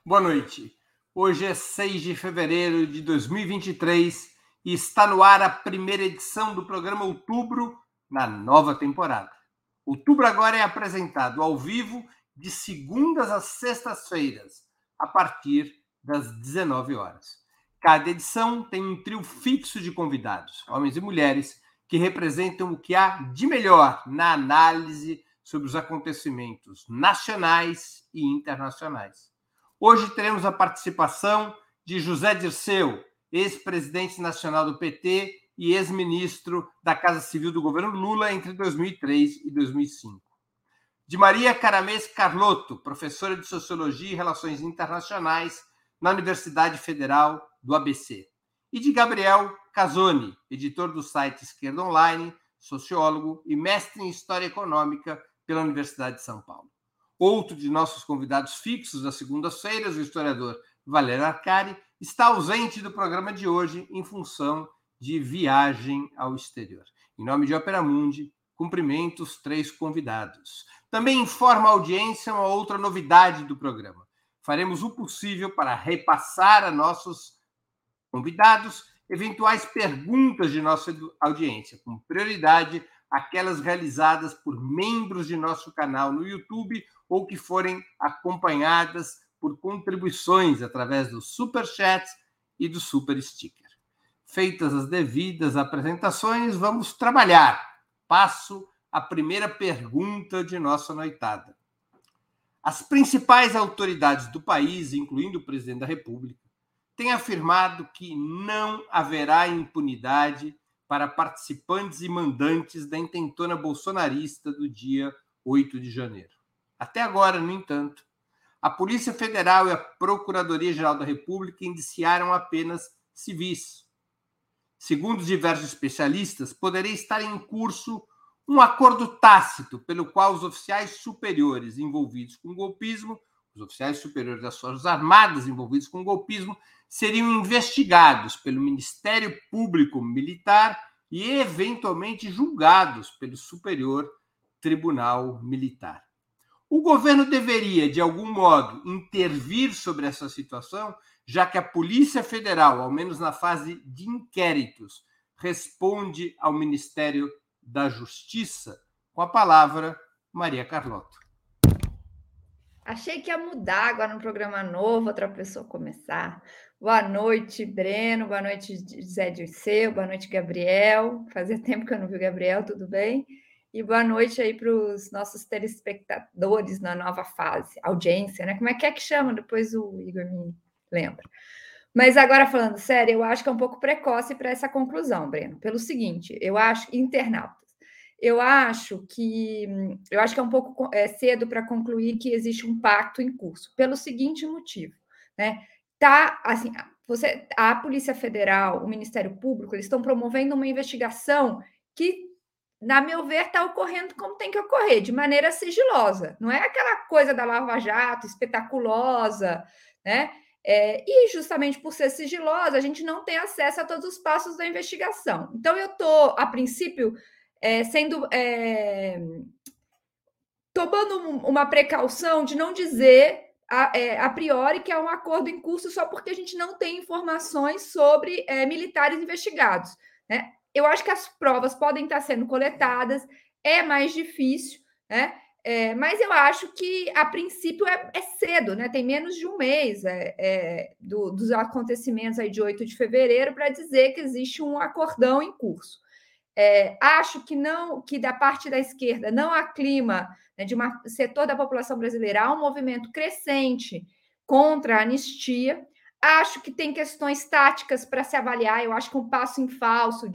Boa noite. Hoje é 6 de fevereiro de 2023 e está no ar a primeira edição do programa Outubro na nova temporada. Outubro agora é apresentado ao vivo de segundas às sextas-feiras, a partir das 19 horas. Cada edição tem um trio fixo de convidados, homens e mulheres, que representam o que há de melhor na análise sobre os acontecimentos nacionais e internacionais. Hoje teremos a participação de José Dirceu, ex-presidente nacional do PT e ex-ministro da Casa Civil do governo Lula entre 2003 e 2005. De Maria Caramês Carlotto, professora de Sociologia e Relações Internacionais na Universidade Federal do ABC. E de Gabriel Casoni, editor do site Esquerda Online, sociólogo e mestre em História Econômica pela Universidade de São Paulo. Outro de nossos convidados fixos das segundas-feiras, o historiador Valério Arcari, está ausente do programa de hoje em função de viagem ao exterior. Em nome de Opera Mundi, cumprimento os três convidados. Também informa a audiência uma outra novidade do programa. Faremos o possível para repassar a nossos convidados eventuais perguntas de nossa audiência, com prioridade aquelas realizadas por membros de nosso canal no YouTube ou que forem acompanhadas por contribuições através do Super Chat e do Super Sticker. Feitas as devidas apresentações, vamos trabalhar. Passo a primeira pergunta de nossa noitada. As principais autoridades do país, incluindo o presidente da República, têm afirmado que não haverá impunidade para participantes e mandantes da intentona bolsonarista do dia 8 de janeiro. Até agora, no entanto, a Polícia Federal e a Procuradoria-Geral da República indiciaram apenas civis. Segundo diversos especialistas, poderia estar em curso um acordo tácito pelo qual os oficiais superiores envolvidos com o golpismo, os oficiais superiores das Forças Armadas envolvidos com o golpismo, seriam investigados pelo Ministério Público Militar e, eventualmente, julgados pelo Superior Tribunal Militar. O governo deveria, de algum modo, intervir sobre essa situação, já que a Polícia Federal, ao menos na fase de inquéritos, responde ao Ministério da Justiça. Com a palavra, Maria Carlotto. Achei que ia mudar agora no programa novo, outra pessoa começar. Boa noite, Breno. Boa noite, Zé Dirceu. Boa noite, Gabriel. Fazia tempo que eu não vi o Gabriel, tudo bem? E boa noite aí para os nossos telespectadores na nova fase, audiência, né? Como é que chama? Depois o Igor me lembra. Mas agora, falando sério, eu acho que é um pouco precoce para essa conclusão, Breno. Pelo seguinte, eu acho, internautas, eu acho que é um pouco cedo para concluir que existe um pacto em curso, pelo seguinte motivo, né? Tá, assim, a Polícia Federal, o Ministério Público, eles estão promovendo uma investigação que, na meu ver, está ocorrendo como tem que ocorrer, de maneira sigilosa. Não é aquela coisa da Lava Jato, espetaculosa, né? E justamente por ser sigilosa, a gente não tem acesso a todos os passos da investigação. Então, eu estou, a princípio, tomando uma precaução de não dizer a priori que é um acordo em curso só porque a gente não tem informações sobre militares investigados, né? Eu acho que as provas podem estar sendo coletadas, é mais difícil, né? Mas eu acho que, a princípio, é cedo, né? Tem menos de um mês dos acontecimentos aí de 8 de fevereiro para dizer que existe um acordão em curso. Acho que da parte da esquerda não há clima, né, de um setor da população brasileira, há um movimento crescente contra a anistia. Acho que tem questões táticas para se avaliar. Eu acho que um passo em falso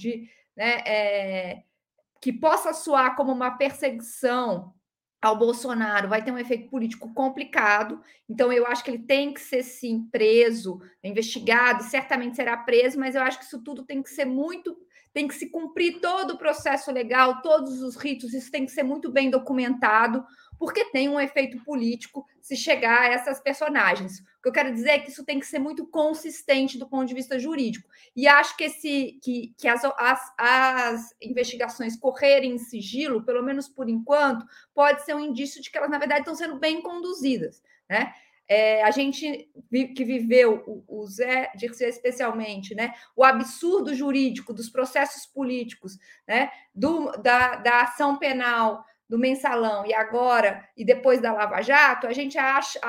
que possa soar como uma perseguição ao Bolsonaro vai ter um efeito político complicado. Então, eu acho que ele tem que ser, sim, preso, investigado, certamente será preso, mas eu acho que isso tudo tem que ser tem que se cumprir todo o processo legal, todos os ritos, isso tem que ser muito bem documentado, porque tem um efeito político se chegar a essas personagens. O que eu quero dizer é que isso tem que ser muito consistente do ponto de vista jurídico. E acho que as investigações correrem em sigilo, pelo menos por enquanto, pode ser um indício de que elas, na verdade, estão sendo bem conduzidas, né? A gente que viveu, o Zé Dirceu especialmente, né, o absurdo jurídico dos processos políticos, né, da ação penal, do mensalão, e agora, e depois da Lava Jato, a gente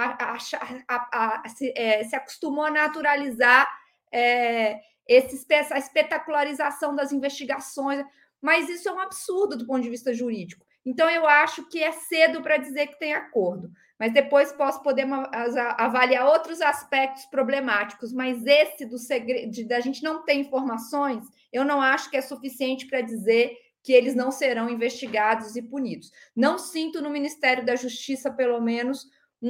se acostumou a naturalizar essa espetacularização das investigações, mas isso é um absurdo do ponto de vista jurídico. Então, eu acho que é cedo para dizer que tem acordo, mas depois podemos avaliar outros aspectos problemáticos, mas esse do segredo, da gente não ter informações, eu não acho que é suficiente para dizer que eles não serão investigados e punidos. Não sinto no Ministério da Justiça, pelo menos,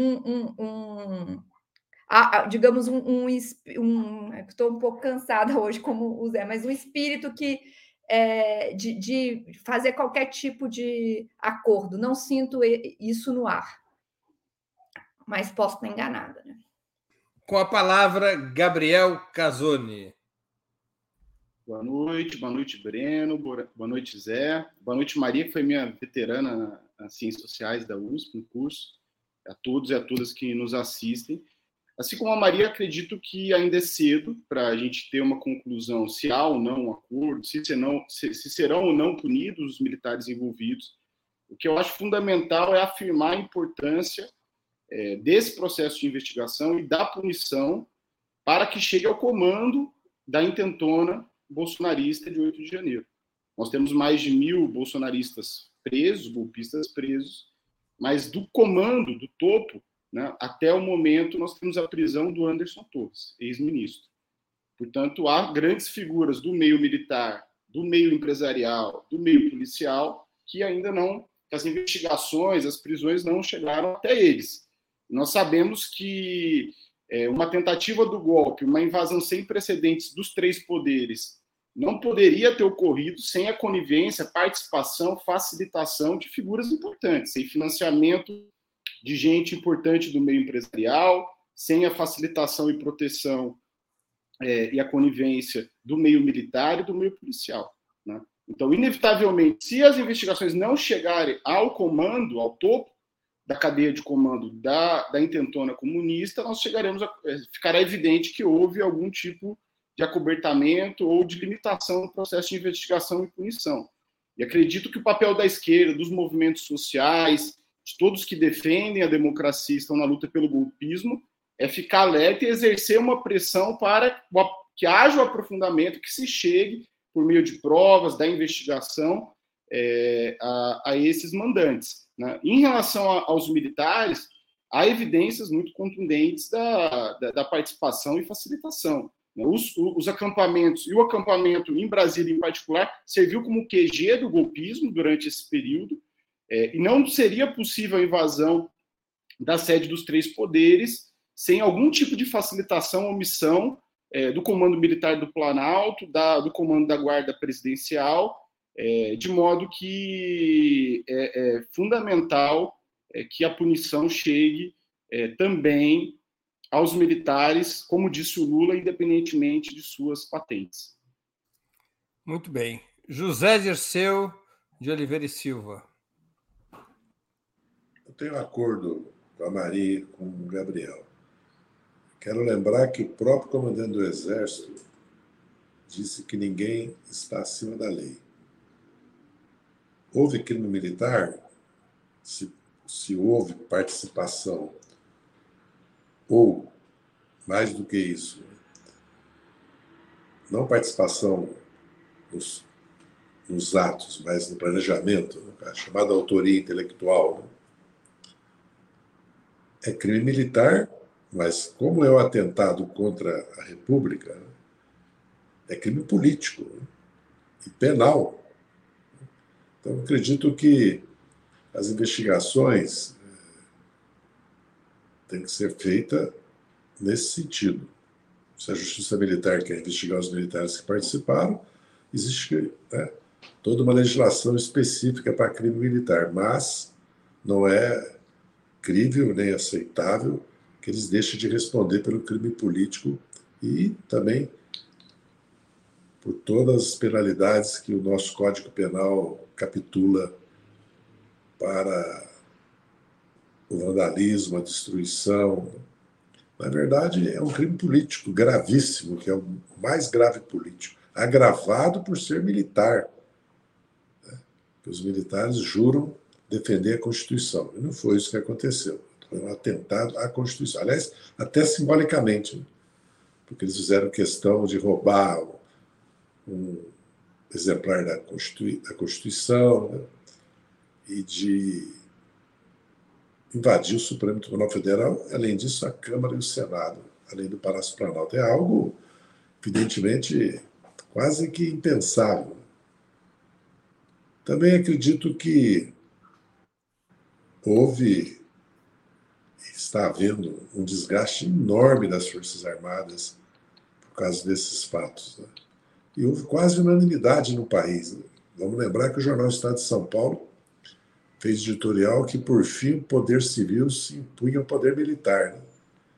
digamos, estou um pouco cansada hoje, como o Zé, mas um espírito de fazer qualquer tipo de acordo. Não sinto isso no ar, mas posso estar enganada, né? Com a palavra, Gabriel Casoni. Boa noite, Breno, boa noite, Zé, boa noite, Maria, que foi minha veterana nas Ciências Sociais da USP, no curso, a todos e a todas que nos assistem. Assim como a Maria, acredito que ainda é cedo para a gente ter uma conclusão se há ou não um acordo, se serão ou não punidos os militares envolvidos. O que eu acho fundamental é afirmar a importância desse processo de investigação e da punição para que chegue ao comando da intentona bolsonarista de 8 de janeiro. Nós temos mais de 1.000 bolsonaristas presos, golpistas presos, mas do comando, do topo, né, até o momento, nós temos a prisão do Anderson Torres, ex-ministro. Portanto, há grandes figuras do meio militar, do meio empresarial, do meio policial, que ainda não, as investigações, as prisões não chegaram até eles. Nós sabemos que uma tentativa do golpe, uma invasão sem precedentes dos 3 poderes, não poderia ter ocorrido sem a conivência, participação, facilitação de figuras importantes, sem financiamento de gente importante do meio empresarial, sem a facilitação e proteção e a conivência do meio militar e do meio policial, né? Então, inevitavelmente, se as investigações não chegarem ao comando, ao topo da cadeia de comando da intentona comunista, nós ficará evidente que houve algum tipo de acobertamento ou de limitação no processo de investigação e punição. E acredito que o papel da esquerda, dos movimentos sociais, de todos que defendem a democracia e estão na luta pelo golpismo, é ficar alerta e exercer uma pressão para que haja o aprofundamento, que se chegue, por meio de provas, da investigação, a esses mandantes, né? Em relação aos militares, há evidências muito contundentes da participação e facilitação. Os acampamentos, e o acampamento em Brasília em particular, serviu como QG do golpismo durante esse período, e não seria possível a invasão da sede dos 3 poderes sem algum tipo de facilitação ou omissão do Comando Militar do Planalto, do Comando da Guarda Presidencial, de modo que é fundamental que a punição chegue também aos militares, como disse o Lula, independentemente de suas patentes. Muito bem. José Dirceu de Oliveira e Silva. Eu tenho um acordo com a Maria e com o Gabriel. Quero lembrar que o próprio comandante do Exército disse que ninguém está acima da lei. Houve crime militar? Se houve participação, ou, mais do que isso, não participação nos atos, mas no planejamento, a chamada autoria intelectual, é crime militar, mas como é um atentado contra a República, é crime político e penal. Então, acredito que as investigações têm que ser feitas nesse sentido. Se a Justiça Militar quer investigar os militares que participaram, existe toda uma legislação específica para crime militar, mas não é crível nem aceitável que eles deixem de responder pelo crime político e também por todas as penalidades que o nosso Código Penal capitula para o vandalismo, a destruição, Na verdade, é um crime político gravíssimo, que é o mais grave político, agravado por ser militar. Os militares juram defender a Constituição. E não foi isso que aconteceu. Foi um atentado à Constituição. Aliás, até simbolicamente, né? Porque eles fizeram questão de roubar um exemplar da Constituição, né? E de invadir o Supremo Tribunal Federal, além disso, a Câmara e o Senado, além do Palácio Planalto. É algo, evidentemente, quase que impensável. Também acredito que houve, está havendo um desgaste enorme das Forças Armadas por causa desses fatos, né? E houve quase unanimidade no país, né? Vamos lembrar que o Jornal Estado de São Paulo fez editorial que, por fim, o poder civil se impunha ao poder militar, né?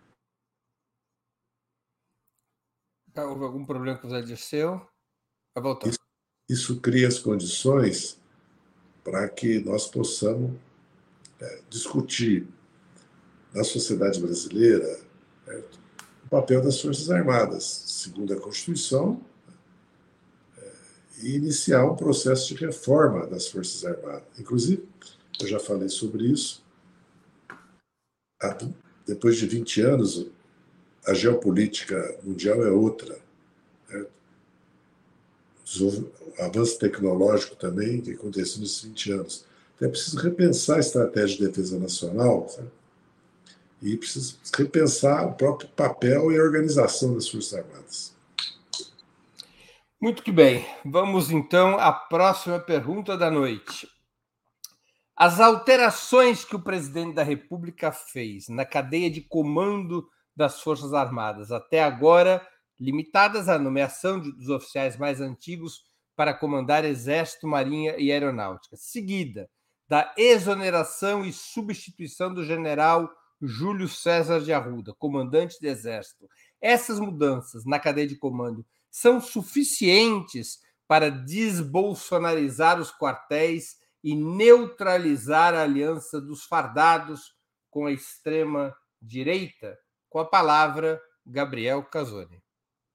Houve algum problema com o Zé Dirceu? Vai voltar. Isso cria as condições para que nós possamos discutir na sociedade brasileira, certo, o papel das Forças Armadas, segundo a Constituição, e iniciar um processo de reforma das Forças Armadas. Inclusive, eu já falei sobre isso, depois de 20 anos, a geopolítica mundial é outra, certo? O avanço tecnológico também, que aconteceu nesses 20 anos. Então é preciso repensar a estratégia de defesa nacional, certo? E precisa repensar o próprio papel e a organização das Forças Armadas. Muito que bem. Vamos, então, à próxima pergunta da noite. As alterações que o presidente da República fez na cadeia de comando das Forças Armadas, até agora limitadas à nomeação dos oficiais mais antigos para comandar Exército, Marinha e Aeronáutica, seguida da exoneração e substituição do general Júlio César de Arruda, comandante do Exército. Essas mudanças na cadeia de comando são suficientes para desbolsonarizar os quartéis e neutralizar a aliança dos fardados com a extrema-direita? Com a palavra, Gabriel Casoni.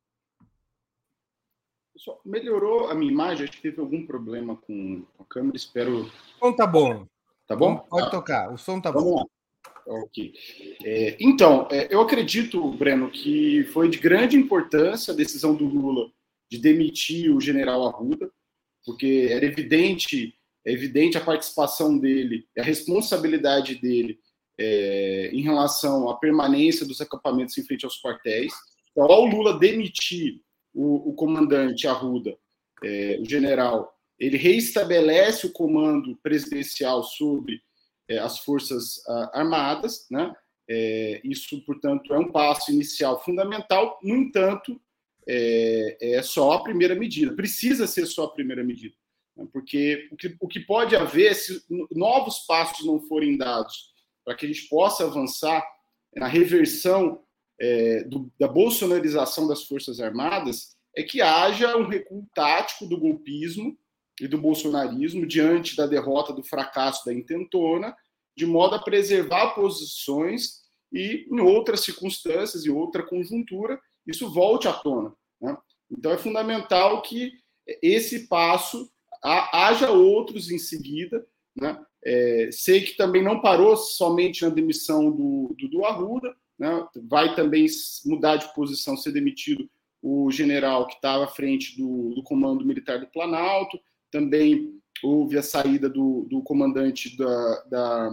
Pessoal, melhorou a minha imagem? Acho que teve algum problema com a câmera, espero... O som tá bom. Tá bom? Pode tocar, o som tá Vamos bom. Lá. Ok. Então, eu acredito, Breno, que foi de grande importância a decisão do Lula de demitir o general Arruda, porque era evidente a participação dele, a responsabilidade dele em relação à permanência dos acampamentos em frente aos quartéis. Então, ao Lula demitir o comandante Arruda, o general, ele reestabelece o comando presidencial sobre as Forças Armadas, né? Isso, portanto, é um passo inicial fundamental. No entanto, é só a primeira medida. Precisa ser só a primeira medida, né? Porque o que pode haver, se novos passos não forem dados para que a gente possa avançar na reversão da bolsonarização das Forças Armadas, é que haja um recuo tático do golpismo e do bolsonarismo diante da derrota, do fracasso da intentona, de modo a preservar posições e, em outras circunstâncias e outra conjuntura, isso volte à tona, né? Então, é fundamental que esse passo haja outros em seguida, né? Sei que também não parou somente na demissão do Arruda, né? Vai também mudar de posição, ser demitido o general que estava à frente do Comando Militar do Planalto. Também houve a saída do comandante da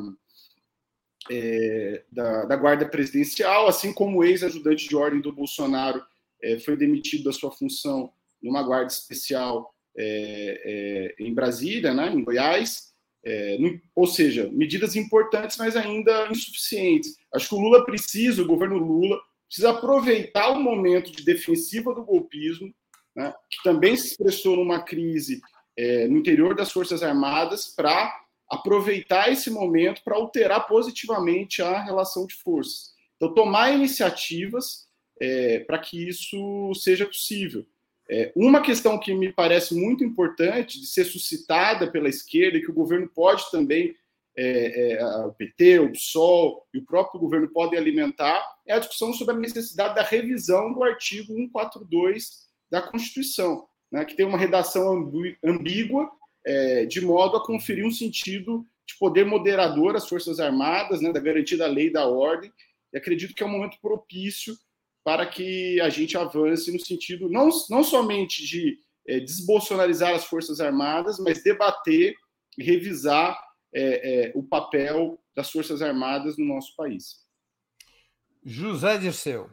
Guarda Presidencial, assim como o ex-ajudante de ordem do Bolsonaro foi demitido da sua função numa guarda especial em Brasília, né, em Goiás. Ou seja, medidas importantes, mas ainda insuficientes. Acho que o governo Lula precisa aproveitar o momento de defensiva do golpismo, né, que também se expressou numa crise no interior das Forças Armadas, para aproveitar esse momento para alterar positivamente a relação de forças. Então, tomar iniciativas para que isso seja possível. Uma questão que me parece muito importante de ser suscitada pela esquerda, e que o governo pode também o PT, o PSOL e o próprio governo podem alimentar, é a discussão sobre a necessidade da revisão do artigo 142 da Constituição, né, que tem uma redação ambígua, de modo a conferir um sentido de poder moderador às Forças Armadas, né, da garantia da lei e da ordem, e acredito que é um momento propício para que a gente avance no sentido não somente de desbolsonarizar as Forças Armadas, mas debater e revisar o papel das Forças Armadas no nosso país. José Dirceu.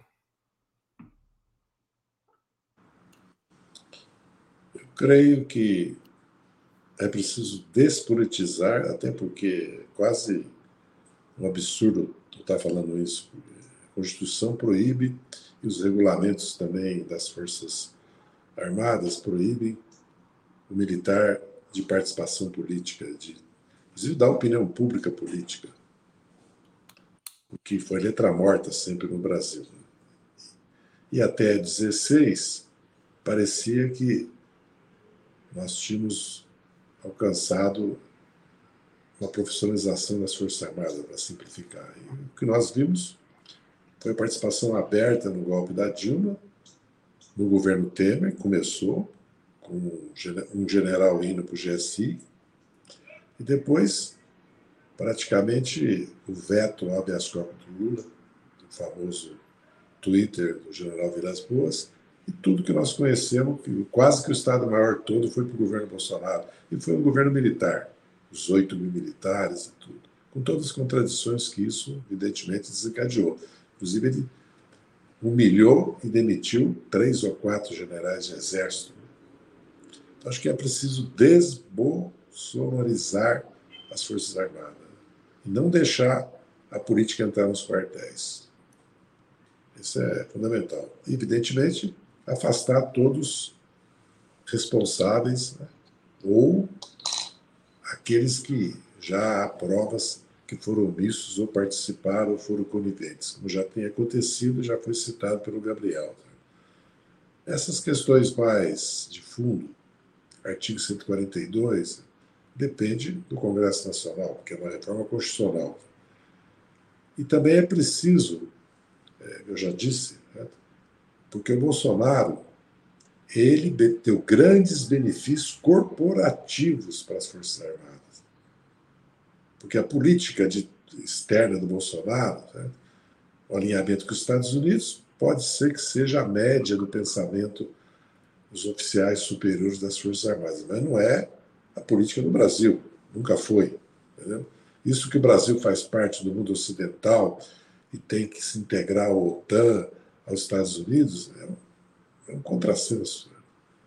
Eu creio que é preciso despolitizar, até porque é quase um absurdo estar falando isso. A Constituição proíbe, e os regulamentos também das Forças Armadas proíbem o militar de participação política, inclusive da opinião pública política, o que foi letra morta sempre no Brasil. E até 16, parecia que nós tínhamos alcançado uma profissionalização das Forças Armadas, para simplificar. E o que nós vimos foi a participação aberta no golpe da Dilma, no governo Temer, começou com um general indo para o GSI, e depois, praticamente, o veto ao habeas corpus do Lula, do famoso Twitter do general Vilas Boas, e tudo que nós conhecemos, quase que o Estado-Maior todo foi para o governo Bolsonaro, e foi um governo militar, os 8 mil militares e tudo, com todas as contradições que isso, evidentemente, desencadeou. Inclusive, ele humilhou e demitiu 3 ou 4 generais de exército. Então, acho que é preciso desbolsonarizar as Forças Armadas e não deixar a política entrar nos quartéis. Isso é fundamental. E, evidentemente, afastar todos responsáveis, né, ou aqueles que já há provas que foram omissos ou participaram ou foram coniventes, como já tem acontecido e já foi citado pelo Gabriel. Essas questões mais de fundo, artigo 142, depende do Congresso Nacional, porque é uma reforma constitucional. E também é preciso, eu já disse, né, porque o Bolsonaro, ele deu grandes benefícios corporativos para as Forças Armadas. Porque a política externa do Bolsonaro, né, o alinhamento com os Estados Unidos, pode ser que seja a média do pensamento dos oficiais superiores das Forças Armadas, mas não é a política do Brasil, nunca foi. Entendeu? Isso que o Brasil faz parte do mundo ocidental e tem que se integrar à OTAN, aos Estados Unidos, é um contrassenso, né?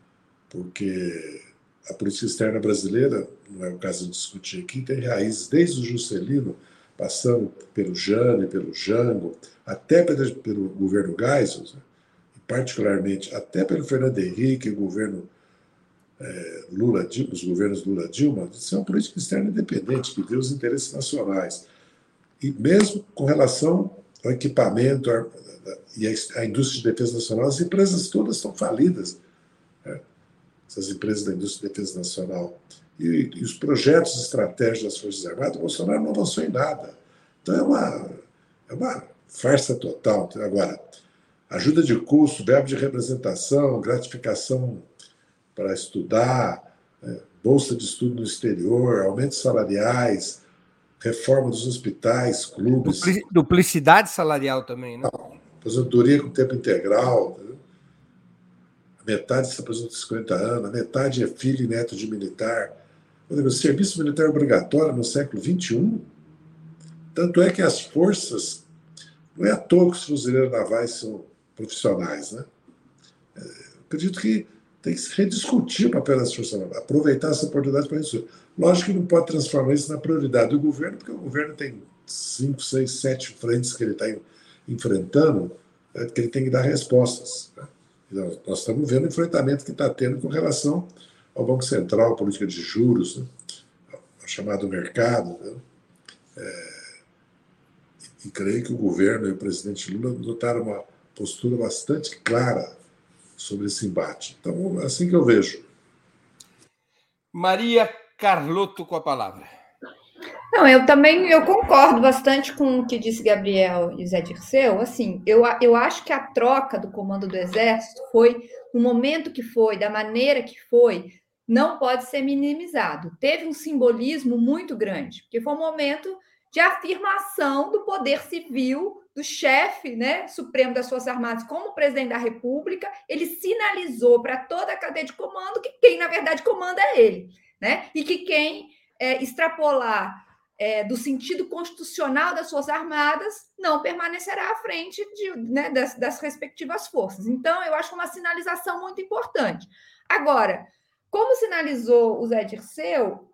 Porque a política externa brasileira, não é o caso de discutir aqui, tem raízes desde o Juscelino, passando pelo Jânio, pelo Jango, até pelo governo Geisel, né? E particularmente até pelo Fernando Henrique, o governo Lula, os governos Lula-Dilma, isso é uma política externa independente, que vê os interesses nacionais. E mesmo com relação ao equipamento e à indústria de defesa nacional, as empresas todas estão falidas, né? Essas empresas da indústria de defesa nacional. E os projetos estratégicos das Forças Armadas, o Bolsonaro não avançou em nada. Então é uma farsa total. Agora, ajuda de custo, verbo de representação, gratificação para estudar, bolsa de estudo no exterior, aumentos salariais, reforma dos hospitais, clubes. Duplicidade salarial também, né? Aposentadoria com tempo integral. Entendeu? A metade se aposenta com 50 anos, a metade é filho e neto de militar. O serviço militar obrigatório no século XXI. Tanto é que as forças, não é à toa que os fuzileiros navais são profissionais, né? Acredito que tem que se rediscutir o papel das Forças Armadas, aproveitar essa oportunidade para isso. Lógico que não pode transformar isso na prioridade do governo, porque o governo tem 5, 6, 7 frentes que ele está enfrentando, que ele tem que dar respostas. Né? Nós estamos vendo o enfrentamento que está tendo com relação ao Banco Central, a política de juros, né? O chamado mercado. Né? E creio que o governo e o presidente Lula adotaram uma postura bastante clara sobre esse embate. Então, assim que eu vejo. Maria Carlotto com a palavra. Não, eu concordo bastante com o que disse Gabriel e Zé Dirceu. Assim, eu acho que a troca do comando do Exército foi, no momento que foi, da maneira que foi, não pode ser minimizado. Teve um simbolismo muito grande, porque foi um momento de afirmação do poder civil, do chefe, né, supremo das Forças Armadas, como presidente da República. Ele sinalizou para toda a cadeia de comando que quem, na verdade, comanda é ele, né? E que quem extrapolar do sentido constitucional das Forças Armadas, não permanecerá à frente das respectivas forças. Então, eu acho uma sinalização muito importante. Agora, como sinalizou o Zé Dirceu,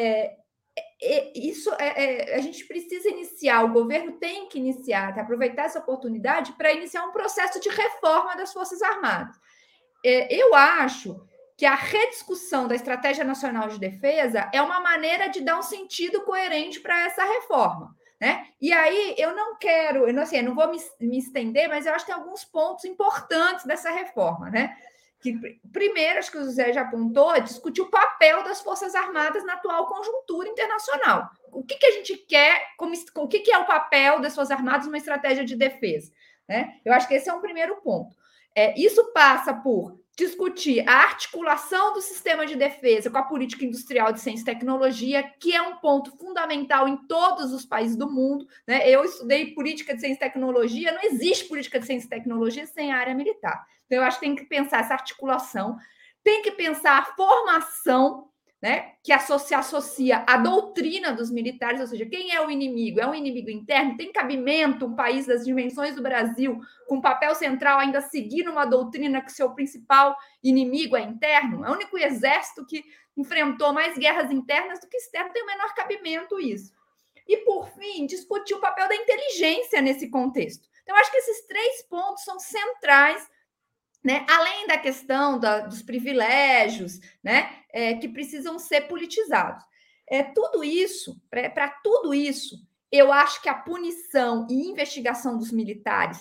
a gente precisa iniciar, o governo tem que iniciar, aproveitar essa oportunidade para iniciar um processo de reforma das Forças Armadas. Eu acho que a rediscussão da Estratégia Nacional de Defesa é uma maneira de dar um sentido coerente para essa reforma, né? E aí eu não quero, eu não vou me estender, mas eu acho que tem alguns pontos importantes dessa reforma, né? Que, primeiro, acho que o José já apontou, é discutir o papel das Forças Armadas na atual conjuntura internacional. O que a gente quer, o que é o papel das Forças Armadas numa estratégia de defesa, né? Eu acho que esse é um primeiro ponto. Isso passa por discutir a articulação do sistema de defesa com a política industrial de ciência e tecnologia, que é um ponto fundamental em todos os países do mundo, né? Eu estudei política de ciência e tecnologia, não existe política de ciência e tecnologia sem a área militar. Então, eu acho que tem que pensar essa articulação, tem que pensar a formação, né, que associa a doutrina dos militares, ou seja, quem é o inimigo? É um inimigo interno? Tem cabimento um país das dimensões do Brasil, com papel central, ainda seguir uma doutrina que seu principal inimigo é interno? É o único exército que enfrentou mais guerras internas do que externas, tem o menor cabimento isso. E, por fim, discutir o papel da inteligência nesse contexto. Então, acho que esses 3 pontos são centrais, né? Além da questão dos privilégios, né? Que precisam ser politizados. Tudo isso, para tudo isso, eu acho que a punição e investigação dos militares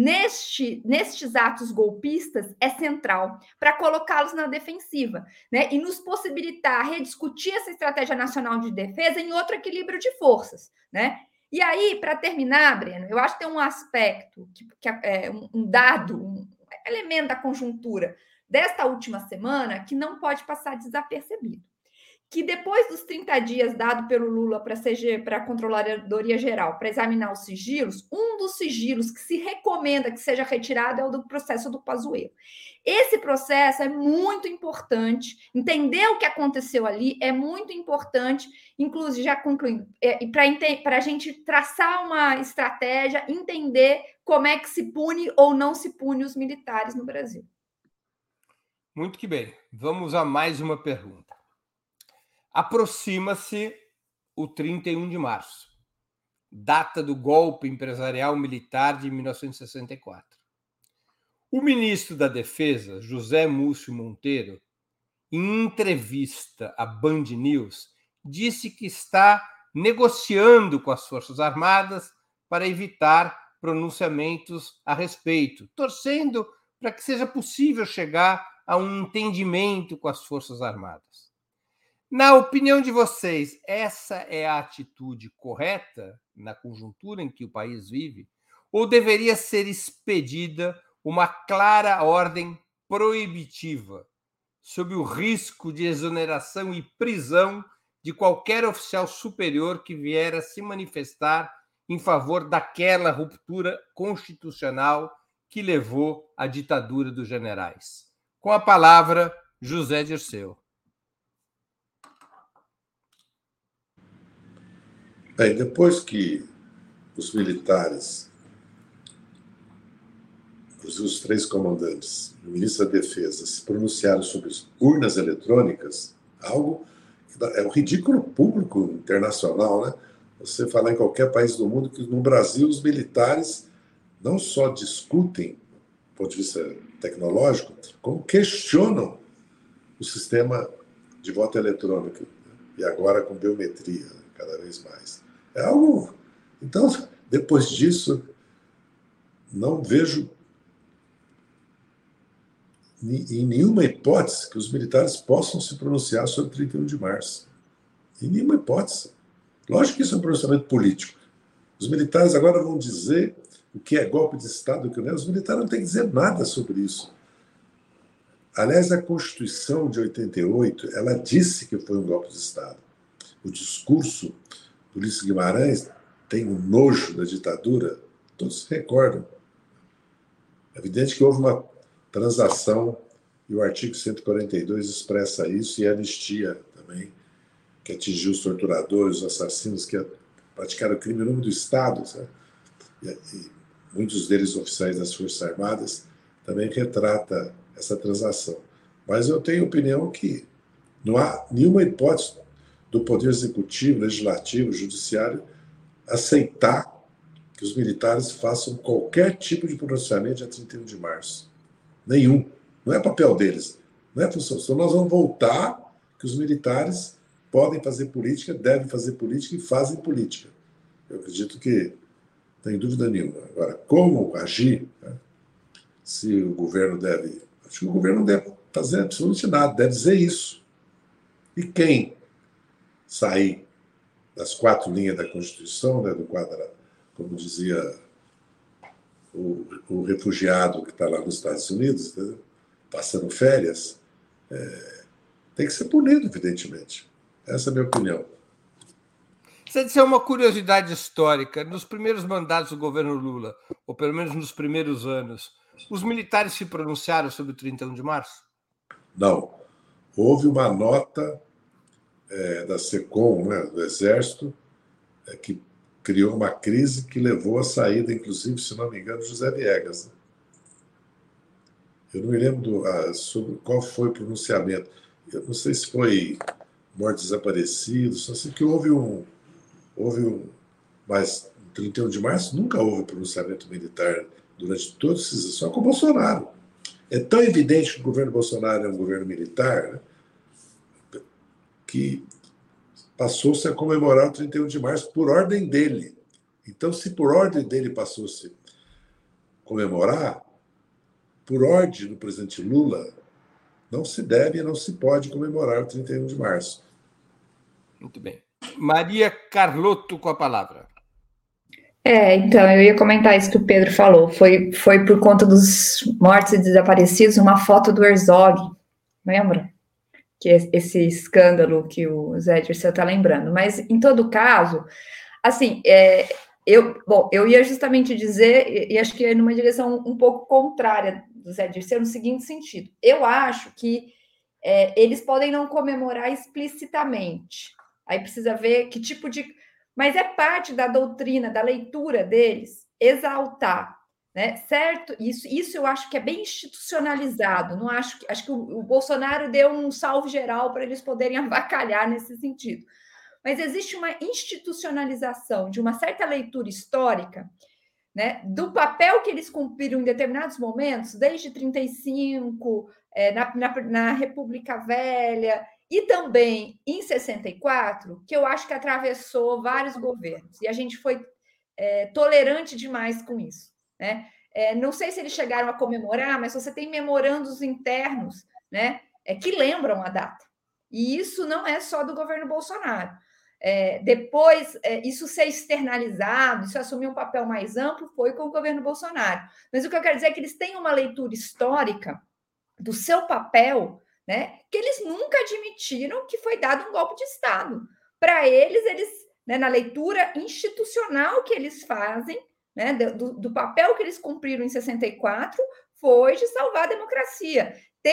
nestes atos golpistas é central para colocá-los na defensiva, né? E nos possibilitar rediscutir essa estratégia nacional de defesa em outro equilíbrio de forças, né? E aí, para terminar, Breno, eu acho que tem um aspecto, que é um dado, um elemento da conjuntura desta última semana que não pode passar desapercebido. Que depois dos 30 dias dado pelo Lula para a Controladoria Geral para examinar os sigilos, um dos sigilos que se recomenda que seja retirado é o do processo do Pazuello. Esse processo é muito importante, entender o que aconteceu ali é muito importante, inclusive, já concluindo, para a gente traçar uma estratégia, entender como é que se pune ou não se pune os militares no Brasil. Muito que bem. Vamos a mais uma pergunta. Aproxima-se o 31 de março, data do golpe empresarial militar de 1964. O ministro da Defesa, José Múcio Monteiro, em entrevista à Band News, disse que está negociando com as Forças Armadas para evitar pronunciamentos a respeito, torcendo para que seja possível chegar a um entendimento com as Forças Armadas. Na opinião de vocês, essa é a atitude correta na conjuntura em que o país vive? Ou deveria ser expedida uma clara ordem proibitiva, sob o risco de exoneração e prisão de qualquer oficial superior que vier a se manifestar em favor daquela ruptura constitucional que levou à ditadura dos generais? Com a palavra, José Dirceu. Bem, depois que os militares, os 3 comandantes, o ministro da Defesa, se pronunciaram sobre as urnas eletrônicas, algo que é um ridículo público internacional, né? Você falar em qualquer país do mundo que no Brasil os militares não só discutem, do ponto de vista tecnológico, como questionam o sistema de voto eletrônico, né? E agora com biometria, cada vez mais. É algo... Então, depois disso, não vejo em nenhuma hipótese que os militares possam se pronunciar sobre 31 de março. Em nenhuma hipótese. Lógico que isso é um pronunciamento político. Os militares agora vão dizer o que é golpe de Estado e o que não é. Os militares não têm que dizer nada sobre isso. Aliás, a Constituição de 88, ela disse que foi um golpe de Estado. O discurso do Ulisses Guimarães tem um nojo da ditadura, todos se recordam. É evidente que houve uma transação e o artigo 142 expressa isso, e a anistia também, que atingiu os torturadores, os assassinos que praticaram crime no nome do Estado, sabe? E muitos deles oficiais das Forças Armadas, também retrata essa transação. Mas eu tenho a opinião que não há nenhuma hipótese do Poder Executivo, Legislativo, Judiciário aceitar que os militares façam qualquer tipo de pronunciamento dia 31 de março. Nenhum. Não é papel deles. Não é função. Então nós vamos voltar que os militares podem fazer política, devem fazer política e fazem política. Eu acredito que não tem dúvida nenhuma. Agora, como agir, né? Se o governo deve... Acho que o governo não deve fazer absolutamente nada, deve dizer isso. E quem sair das 4 linhas da Constituição, né, do quadrado, como dizia o refugiado que está lá nos Estados Unidos, né, passando férias, tem que ser punido, evidentemente. Essa é a minha opinião. Você disse uma curiosidade histórica. Nos primeiros mandatos do governo Lula, ou pelo menos nos primeiros anos, os militares se pronunciaram sobre o 31 de março? Não. Houve uma nota da SECOM, né, do Exército, que criou uma crise que levou à saída, inclusive, se não me engano, José Viegas. Eu não me lembro sobre qual foi o pronunciamento. Eu não sei se foi morte desaparecidos, só sei que houve um... Mas no 31 de março nunca houve pronunciamento militar durante todos esses anos, só com o Bolsonaro. É tão evidente que o governo Bolsonaro é um governo militar, né, que passou-se a comemorar o 31 de março por ordem dele. Então, se por ordem dele passou-se a comemorar, por ordem do presidente Lula, não se deve e não se pode comemorar o 31 de março. Muito bem. Maria Carlotto com a palavra. Então, eu ia comentar isso que o Pedro falou. Foi por conta dos mortos e desaparecidos, uma foto do Herzog, lembra? Que é esse escândalo que o Zé Dirceu está lembrando. Mas, em todo caso, assim, eu ia justamente dizer, e acho que é numa direção um pouco contrária do Zé Dirceu, no seguinte sentido. Eu acho que eles podem não comemorar explicitamente. Aí precisa ver que tipo de... Mas é parte da doutrina, da leitura deles, exaltar, né? Certo? Isso eu acho que é bem institucionalizado. Não acho que o Bolsonaro deu um salve geral para eles poderem avacalhar nesse sentido. Mas existe uma institucionalização de uma certa leitura histórica, né, do papel que eles cumpriram em determinados momentos, desde 1935, na República Velha, e também em 64, que eu acho que atravessou vários governos. E a gente foi tolerante demais com isso, né? Não sei se eles chegaram a comemorar, mas você tem memorandos internos, né, que lembram a data. E isso não é só do governo Bolsonaro. Depois, isso ser externalizado, isso assumir um papel mais amplo, foi com o governo Bolsonaro. Mas o que eu quero dizer é que eles têm uma leitura histórica do seu papel, né, que eles nunca admitiram que foi dado um golpe de Estado. Para eles, né, na leitura institucional que eles fazem, né, do papel que eles cumpriram em 64, foi de salvar a democracia.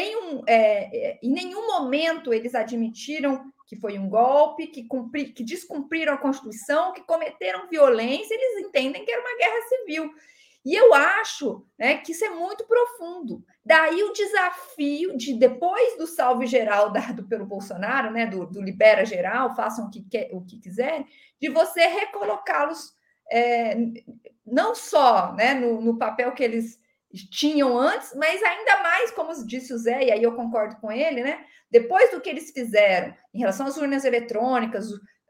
Em nenhum momento eles admitiram que foi um golpe, que descumpriram a Constituição, que cometeram violência, eles entendem que era uma guerra civil. E eu acho, né, que isso é muito profundo. Daí o desafio de, depois do salve geral dado pelo Bolsonaro, né, do libera geral, façam o que quiserem, de você recolocá-los não só, né, no papel que eles tinham antes, mas ainda mais, como disse o Zé, e aí eu concordo com ele, né, depois do que eles fizeram em relação às urnas eletrônicas,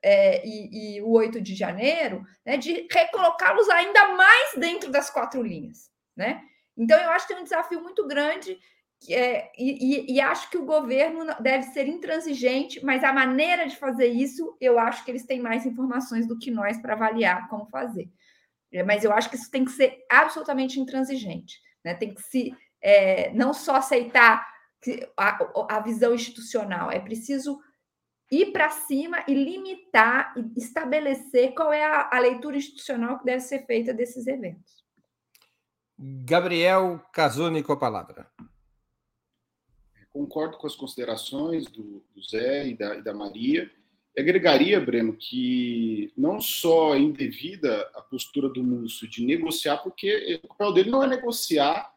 e o 8 de janeiro, né, de recolocá-los ainda mais dentro das 4 linhas, né? Então, eu acho que tem um desafio muito grande E acho que o governo deve ser intransigente, mas a maneira de fazer isso, eu acho que eles têm mais informações do que nós para avaliar como fazer. Mas eu acho que isso tem que ser absolutamente intransigente, né? Tem que não só aceitar a visão institucional, é preciso ir para cima e limitar e estabelecer qual é a leitura institucional que deve ser feita desses eventos. Gabriel Casoni com a palavra. Concordo com as considerações do Zé e da Maria. Eu agregaria, Breno, que não só é indevida a postura do Múcio de negociar, porque o papel dele não é negociar,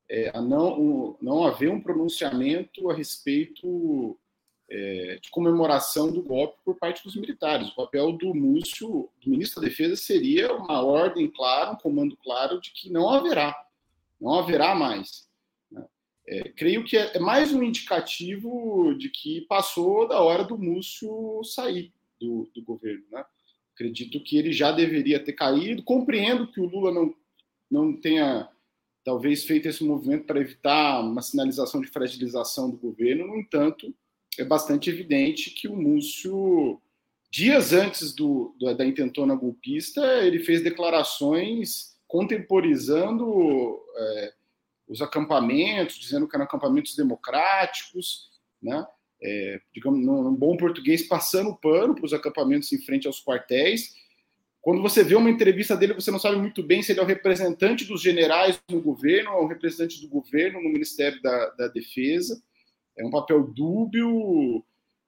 não haver um pronunciamento a respeito de comemoração do golpe por parte dos militares. O papel do Múcio, do ministro da Defesa, seria uma ordem clara, um comando claro de que não haverá mais. Creio que é mais um indicativo de que passou da hora do Múcio sair do governo, né? Acredito que ele já deveria ter caído. Compreendo que o Lula não tenha, talvez, feito esse movimento para evitar uma sinalização de fragilização do governo. No entanto, é bastante evidente que o Múcio, dias antes da intentona golpista, ele fez declarações contemporizando os acampamentos, dizendo que eram acampamentos democráticos, né? Digamos, num bom português, passando pano para os acampamentos em frente aos quartéis. Quando você vê uma entrevista dele, você não sabe muito bem se ele é o representante dos generais no governo ou o representante do governo no Ministério da Defesa. É um papel dúbio,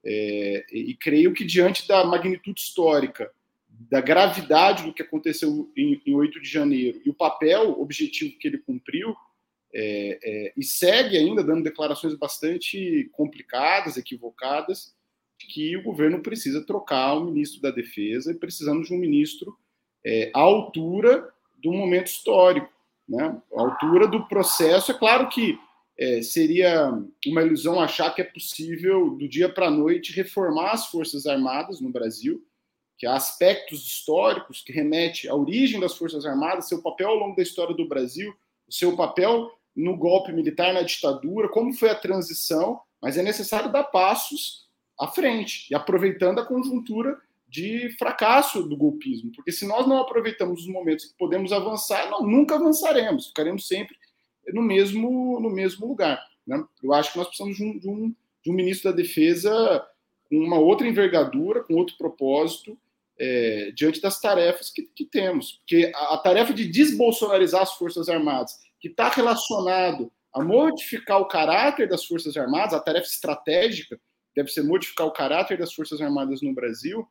e creio que, diante da magnitude histórica, da gravidade do que aconteceu em 8 de janeiro e o papel objetivo que ele cumpriu, e segue ainda dando declarações bastante complicadas, equivocadas, que o governo precisa trocar o ministro da Defesa e precisamos de um ministro à altura do momento histórico, né? À altura do processo. É claro que seria uma ilusão achar que é possível, do dia para a noite, reformar as Forças Armadas no Brasil, que há aspectos históricos que remetem à origem das Forças Armadas, seu papel ao longo da história do Brasil, o seu papel no golpe militar, na ditadura, como foi a transição, mas é necessário dar passos à frente, e aproveitando a conjuntura de fracasso do golpismo, porque se nós não aproveitamos os momentos que podemos avançar, nunca avançaremos, ficaremos sempre no mesmo lugar, né? Eu acho que nós precisamos de um ministro da Defesa com uma outra envergadura, com outro propósito, diante das tarefas que temos. Porque a tarefa de desbolsonarizar as Forças Armadas, que está relacionado a modificar o caráter das Forças Armadas, a tarefa estratégica deve ser modificar o caráter das Forças Armadas no Brasil,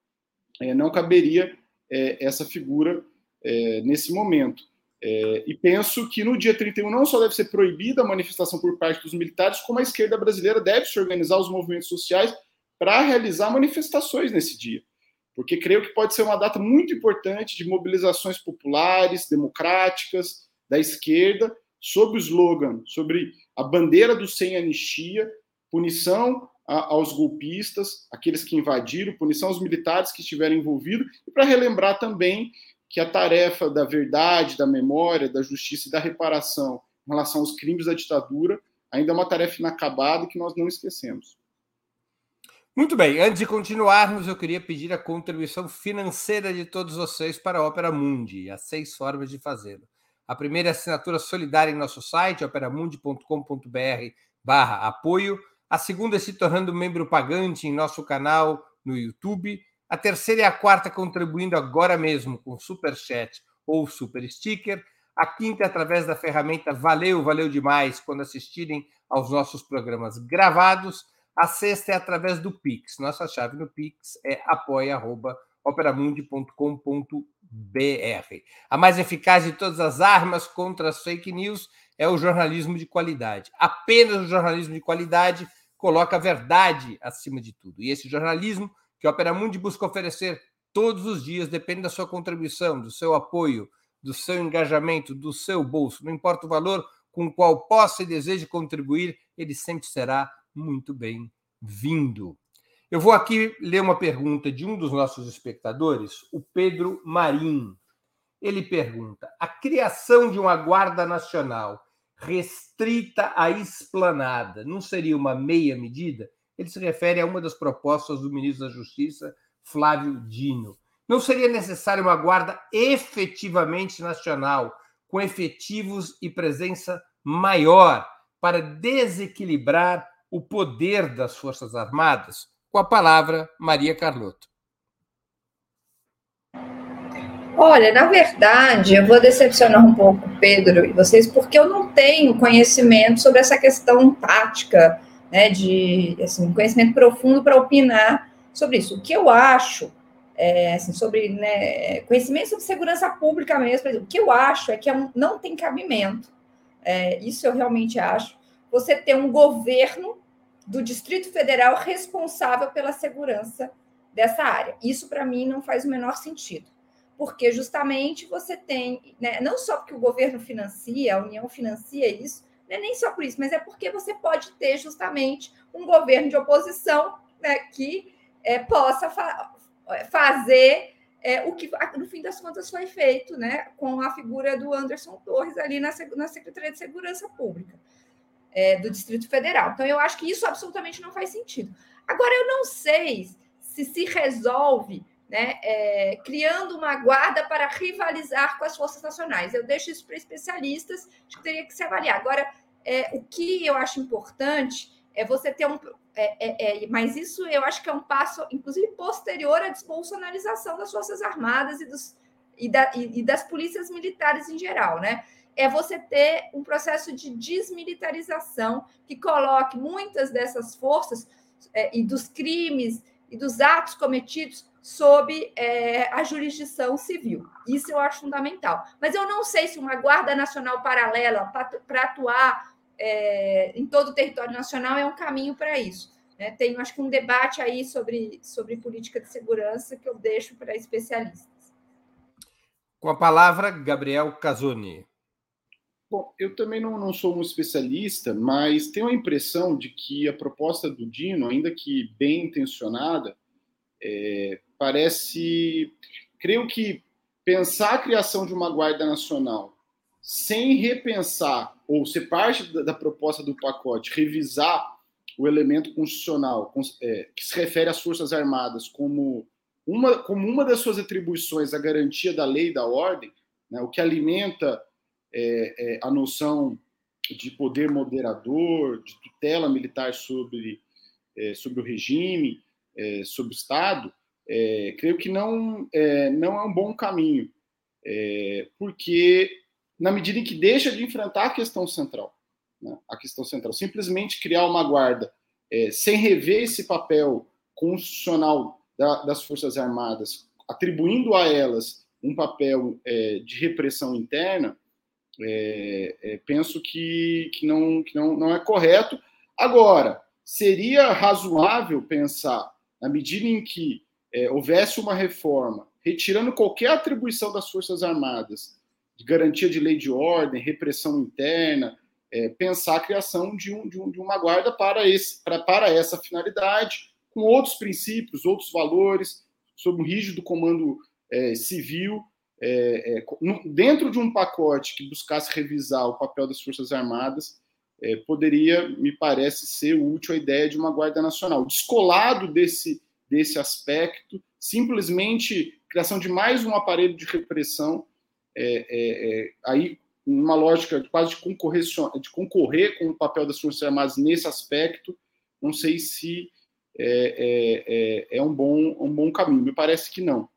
não caberia essa figura nesse momento. E penso que no dia 31 não só deve ser proibida a manifestação por parte dos militares, como a esquerda brasileira deve se organizar, os movimentos sociais, para realizar manifestações nesse dia. Porque creio que pode ser uma data muito importante de mobilizações populares, democráticas, da esquerda, sob o slogan, sobre a bandeira do sem anistia, punição aos golpistas, aqueles que invadiram, punição aos militares que estiveram envolvidos, e para relembrar também que a tarefa da verdade, da memória, da justiça e da reparação em relação aos crimes da ditadura ainda é uma tarefa inacabada que nós não esquecemos. Muito bem, antes de continuarmos, eu queria pedir a contribuição financeira de todos vocês para a Opera Mundi. Há 6 formas de fazê-lo. A primeira é a assinatura solidária em nosso site, operamundi.com.br/apoio. A segunda é se tornando membro pagante em nosso canal no YouTube. A terceira e a quarta contribuindo agora mesmo com Superchat ou Super Sticker. A quinta é através da ferramenta valeu demais quando assistirem aos nossos programas gravados. A sexta é através do Pix. Nossa chave no Pix é apoia@operamundi.com.br. A mais eficaz de todas as armas contra as fake news é o jornalismo de qualidade. Apenas o jornalismo de qualidade coloca a verdade acima de tudo. E esse jornalismo que a Opera Mundi busca oferecer todos os dias depende da sua contribuição, do seu apoio, do seu engajamento, do seu bolso. Não importa o valor com o qual possa e deseje contribuir, ele sempre será muito bem-vindo. Eu vou aqui ler uma pergunta de um dos nossos espectadores, o Pedro Marim. Ele pergunta: a criação de uma Guarda Nacional restrita à esplanada, não seria uma meia medida? Ele se refere a uma das propostas do ministro da Justiça, Flávio Dino. Não seria necessária uma guarda efetivamente nacional, com efetivos e presença maior, para desequilibrar o poder das Forças Armadas? Com a palavra, Maria Carlotto. Olha, na verdade, eu vou decepcionar um pouco Pedro e vocês, porque eu não tenho conhecimento sobre essa questão tática, né, de conhecimento profundo para opinar sobre isso. O que eu acho, sobre conhecimento sobre segurança pública mesmo, por exemplo, o que eu acho é que não tem cabimento, isso eu realmente acho, você ter um governo do Distrito Federal responsável pela segurança dessa área. Isso, para mim, não faz o menor sentido. Porque justamente você tem, né, não só porque o governo financia, a União financia isso, né, nem só por isso, mas é porque você pode ter justamente um governo de oposição, né, que possa fazer o que, no fim das contas, foi feito, né, com a figura do Anderson Torres ali na Secretaria de Segurança Pública do Distrito Federal. Então, eu acho que isso absolutamente não faz sentido. Agora, eu não sei se resolve, né, criando uma guarda para rivalizar com as forças nacionais. Eu deixo isso para especialistas, acho que teria que se avaliar. Agora, o que eu acho importante é você ter mas isso eu acho que é um passo, inclusive, posterior à desbolsonarização das Forças Armadas e das polícias militares em geral, né? É você ter um processo de desmilitarização que coloque muitas dessas forças e dos crimes e dos atos cometidos sob a jurisdição civil. Isso eu acho fundamental. Mas eu não sei se uma Guarda Nacional paralela para atuar em todo o território nacional é um caminho para isso. Né? Tem, acho que, um debate aí sobre política de segurança que eu deixo para especialistas. Com a palavra, Gabriel Casoni. Bom, eu também não sou um especialista, mas tenho a impressão de que a proposta do Dino, ainda que bem intencionada, parece... Creio que pensar a criação de uma Guarda Nacional sem repensar, ou ser parte da proposta do pacote, revisar o elemento constitucional que se refere às Forças Armadas como uma das suas atribuições a garantia da lei e da ordem, né, o que alimenta a noção de poder moderador, de tutela militar sobre o regime, sobre o Estado, creio que não é um bom caminho, porque na medida em que deixa de enfrentar a questão central, né, simplesmente criar uma guarda sem rever esse papel constitucional das Forças Armadas, atribuindo a elas um papel de repressão interna, penso que não é correto. Agora, seria razoável pensar, na medida em que houvesse uma reforma, retirando qualquer atribuição das Forças Armadas, de garantia de lei de ordem, repressão interna, pensar a criação de uma guarda para essa finalidade, com outros princípios, outros valores, sob um rígido comando civil, dentro de um pacote que buscasse revisar o papel das Forças Armadas, poderia, me parece, ser útil a ideia de uma Guarda Nacional. Descolado desse aspecto, simplesmente criação de mais um aparelho de repressão, aí uma lógica quase de concorrer com o papel das Forças Armadas nesse aspecto, não sei se é um bom caminho. Me parece que não.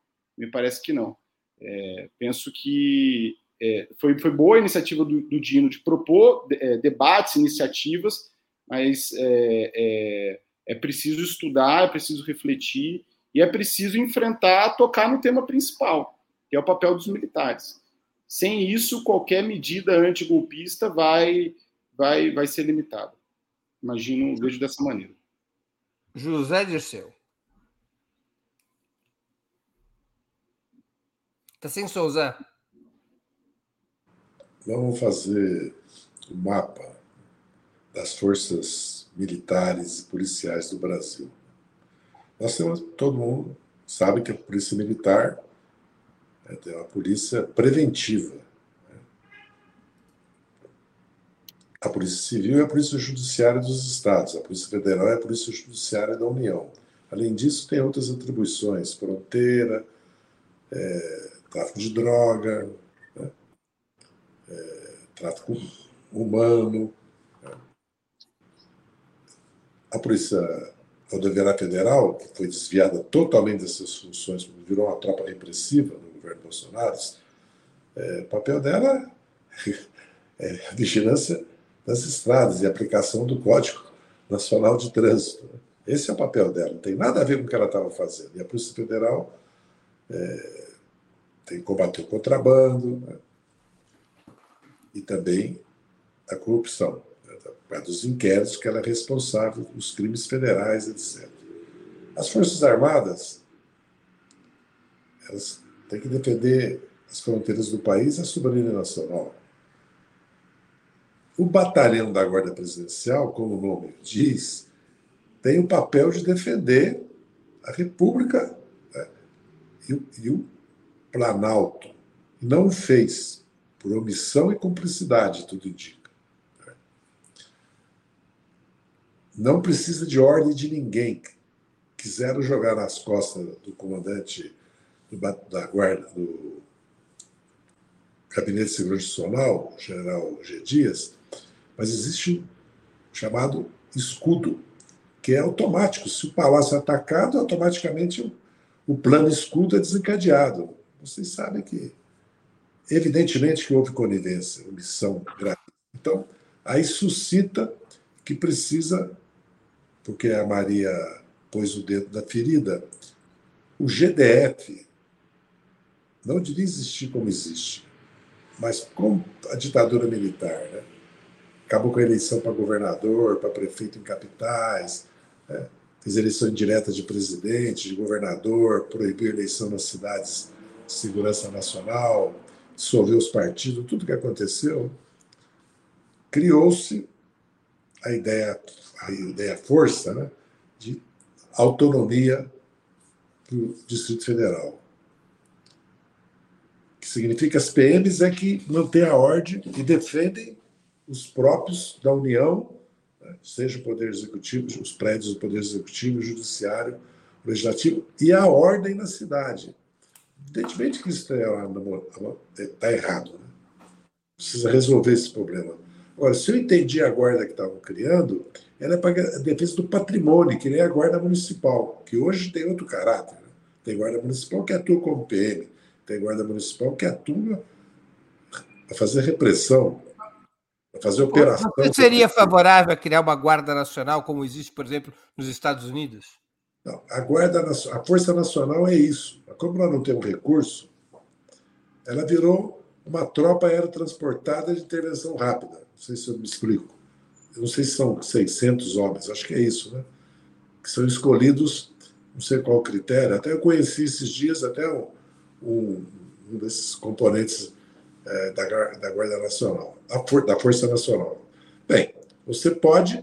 Penso que foi boa a iniciativa do Dino de propor debates, iniciativas, mas é preciso estudar, é preciso refletir e é preciso tocar no tema principal, que é o papel dos militares. Sem isso, qualquer medida antigolpista vai ser limitada. Vejo dessa maneira. José Dirceu. Está sem Souza. Vamos fazer o mapa das forças militares e policiais do Brasil. Todo mundo sabe que a polícia militar é uma polícia preventiva. a Polícia Civil é a Polícia Judiciária dos Estados, a Polícia Federal é a Polícia Judiciária da União. Além disso, tem outras atribuições, fronteira, tráfico de droga, né? Tráfico humano. Né? A Polícia Rodoviária Federal, que foi desviada totalmente dessas funções, virou uma tropa repressiva no governo Bolsonaro, o papel dela é a vigilância das estradas e a aplicação do Código Nacional de Trânsito. Esse é o papel dela, não tem nada a ver com o que ela estava fazendo. E a Polícia Federal tem que combater o contrabando, né? E também a corrupção, né? Dos inquéritos que ela é responsável, os crimes federais, etc. As Forças Armadas, elas têm que defender as fronteiras do país e a soberania nacional. O batalhão da Guarda Presidencial, como o nome diz, tem o papel de defender a República, né? E o Planalto. Não o fez, por omissão e cumplicidade, tudo indica. Não precisa de ordem de ninguém. Quiseram jogar nas costas do comandante da Guarda, do Gabinete de Segurança Nacional, o general G. Dias, mas existe um chamado escudo, que é automático. Se o palácio é atacado, automaticamente o plano escudo é desencadeado. Vocês sabem que, evidentemente, que houve conivência, omissão grave. Então, aí suscita que precisa, porque a Maria pôs o dedo na ferida, o GDF não devia existir como existe, mas como a ditadura militar, né? Acabou com a eleição para governador, para prefeito em capitais, né? Fez eleição indireta de presidente, de governador, proibiu a eleição nas cidades de segurança nacional, dissolveu os partidos, tudo que aconteceu, criou-se a ideia força, né, de autonomia do Distrito Federal. O que significa que as PMs é que mantêm a ordem e defendem os próprios da União, né, seja o Poder Executivo, os prédios do Poder Executivo, o Judiciário, o Legislativo, e a ordem na cidade. Evidentemente que isso está errado. Né? Precisa resolver esse problema. Agora, se eu entendi a guarda que estavam criando, ela é para a defesa do patrimônio, que nem a guarda municipal, que hoje tem outro caráter. Né? Tem guarda municipal que atua como PM, tem guarda municipal que atua para fazer repressão, para fazer operação. Você seria favorável a criar uma Guarda Nacional, como existe, por exemplo, nos Estados Unidos? Não, a Força Nacional é isso. Como nós não temos recurso, ela virou uma tropa aerotransportada de intervenção rápida. Não sei se eu me explico. Eu não sei se são 600 homens, acho que é isso, né? Que são escolhidos, não sei qual critério. Até eu conheci esses dias até um desses componentes da Guarda Nacional, da Força Nacional. Bem, você pode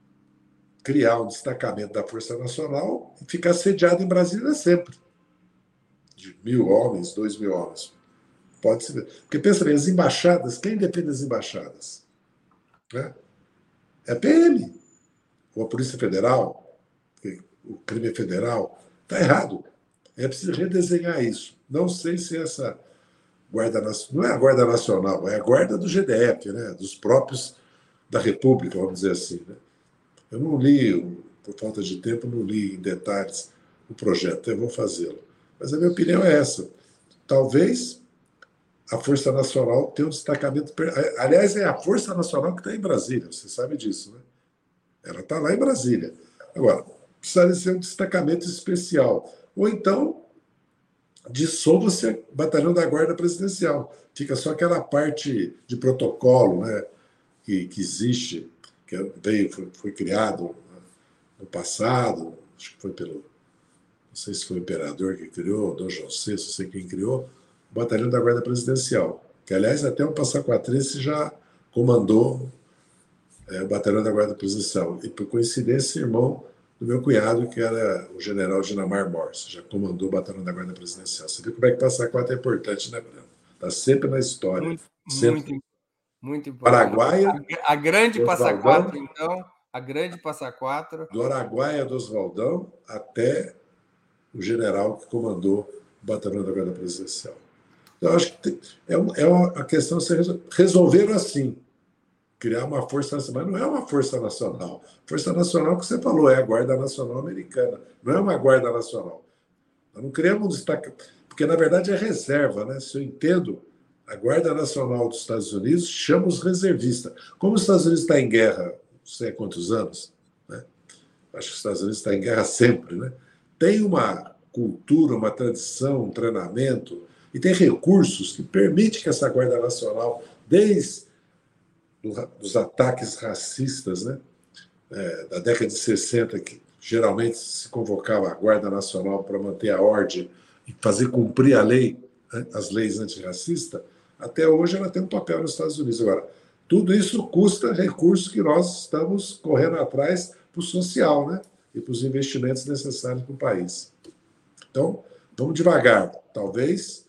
criar um destacamento da Força Nacional e ficar sediado em Brasília sempre. De 1.000 homens, 2.000 homens. Pode ser. Porque pensa bem, as embaixadas, quem defende as embaixadas? Né? É a PM. Ou a Polícia Federal, o crime federal. Está errado. É preciso redesenhar isso. Não sei se essa Guarda Nacional. Não é a Guarda Nacional, é a Guarda do GDF, né? Dos próprios da República, vamos dizer assim. Né? Eu não li, por falta de tempo, não li em detalhes o projeto, eu vou fazê-lo. Mas a minha opinião é essa. Talvez a Força Nacional tenha um destacamento... Aliás, é a Força Nacional que está em Brasília, você sabe disso, né? Ela está lá em Brasília. Agora, precisaria ser um destacamento especial. Ou então, dissolva-se o Batalhão da Guarda Presidencial. Fica só aquela parte de protocolo, né, que existe, que foi criado no passado, acho que foi não sei se foi o imperador que criou, Dom João VI, não sei quem criou, o Batalhão da Guarda Presidencial, que, aliás, até o Passaquatrense já comandou o Batalhão da Guarda Presidencial. E, por coincidência, irmão do meu cunhado, que era o general Ginamar Morse, já comandou o Batalhão da Guarda Presidencial. Você vê como é que Passaquata é importante, né, Breno? Está sempre na história. Muito importante. Araguaia. A grande Passa Oswaldão. Quatro, então. A grande Passa Quatro. Do Araguaia do Oswaldão até o general que comandou o batalhão da Guarda Presidencial. Então, eu acho que a questão de resolver assim, criar uma força nacional. Mas não é uma força nacional. Força nacional que você falou, é a Guarda Nacional Americana. Não é uma Guarda Nacional. Nós não criamos um destaque, porque na verdade é reserva, né? Se eu entendo, a Guarda Nacional dos Estados Unidos chama os reservistas. Como os Estados Unidos está em guerra, não sei há quantos anos, né? Acho que os Estados Unidos está em guerra sempre, né? Tem uma cultura, uma tradição, um treinamento, e tem recursos que permitem que essa Guarda Nacional, desde os ataques racistas, né? Da década de 60, que geralmente se convocava a Guarda Nacional para manter a ordem e fazer cumprir a lei, né? As leis antirracistas, até hoje ela tem um papel nos Estados Unidos. Agora, tudo isso custa recursos que nós estamos correndo atrás para o social, né? E para os investimentos necessários para o país. Então, vamos devagar. Talvez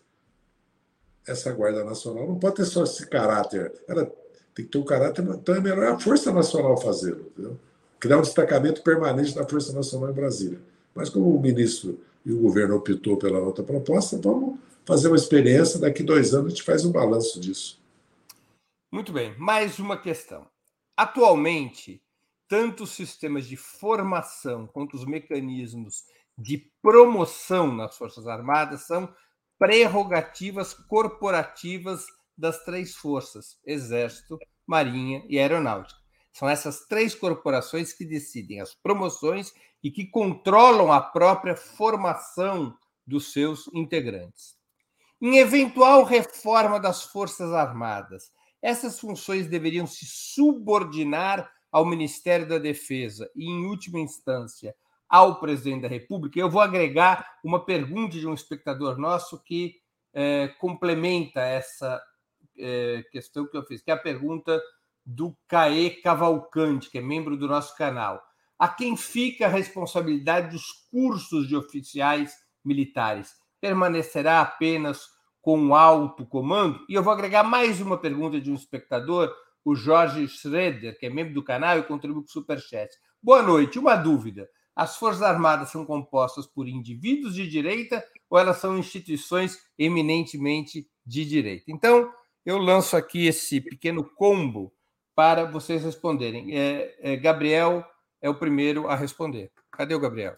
essa Guarda Nacional não pode ter só esse caráter. Ela tem que ter um caráter, então é melhor a Força Nacional fazê-lo, entendeu? Criar um destacamento permanente da Força Nacional em Brasília. Mas como o ministro e o governo optou pela outra proposta, vamos fazer uma experiência, daqui 2 anos a gente faz um balanço disso. Muito bem, mais uma questão. Atualmente, tanto os sistemas de formação quanto os mecanismos de promoção nas Forças Armadas são prerrogativas corporativas das 3 forças, Exército, Marinha e Aeronáutica. São essas 3 corporações que decidem as promoções e que controlam a própria formação dos seus integrantes. Em eventual reforma das Forças Armadas, essas funções deveriam se subordinar ao Ministério da Defesa e, em última instância, ao Presidente da República. Eu vou agregar uma pergunta de um espectador nosso que complementa essa questão que eu fiz, que é a pergunta do Caê Cavalcante, que é membro do nosso canal. A quem fica a responsabilidade dos cursos de oficiais militares? Permanecerá apenas com o alto comando? E eu vou agregar mais uma pergunta de um espectador, o Jorge Schroeder, que é membro do canal e contribui com o Superchat. Boa noite, uma dúvida. As Forças Armadas são compostas por indivíduos de direita ou elas são instituições eminentemente de direita? Então, eu lanço aqui esse pequeno combo para vocês responderem. Gabriel é o primeiro a responder. Cadê o Gabriel?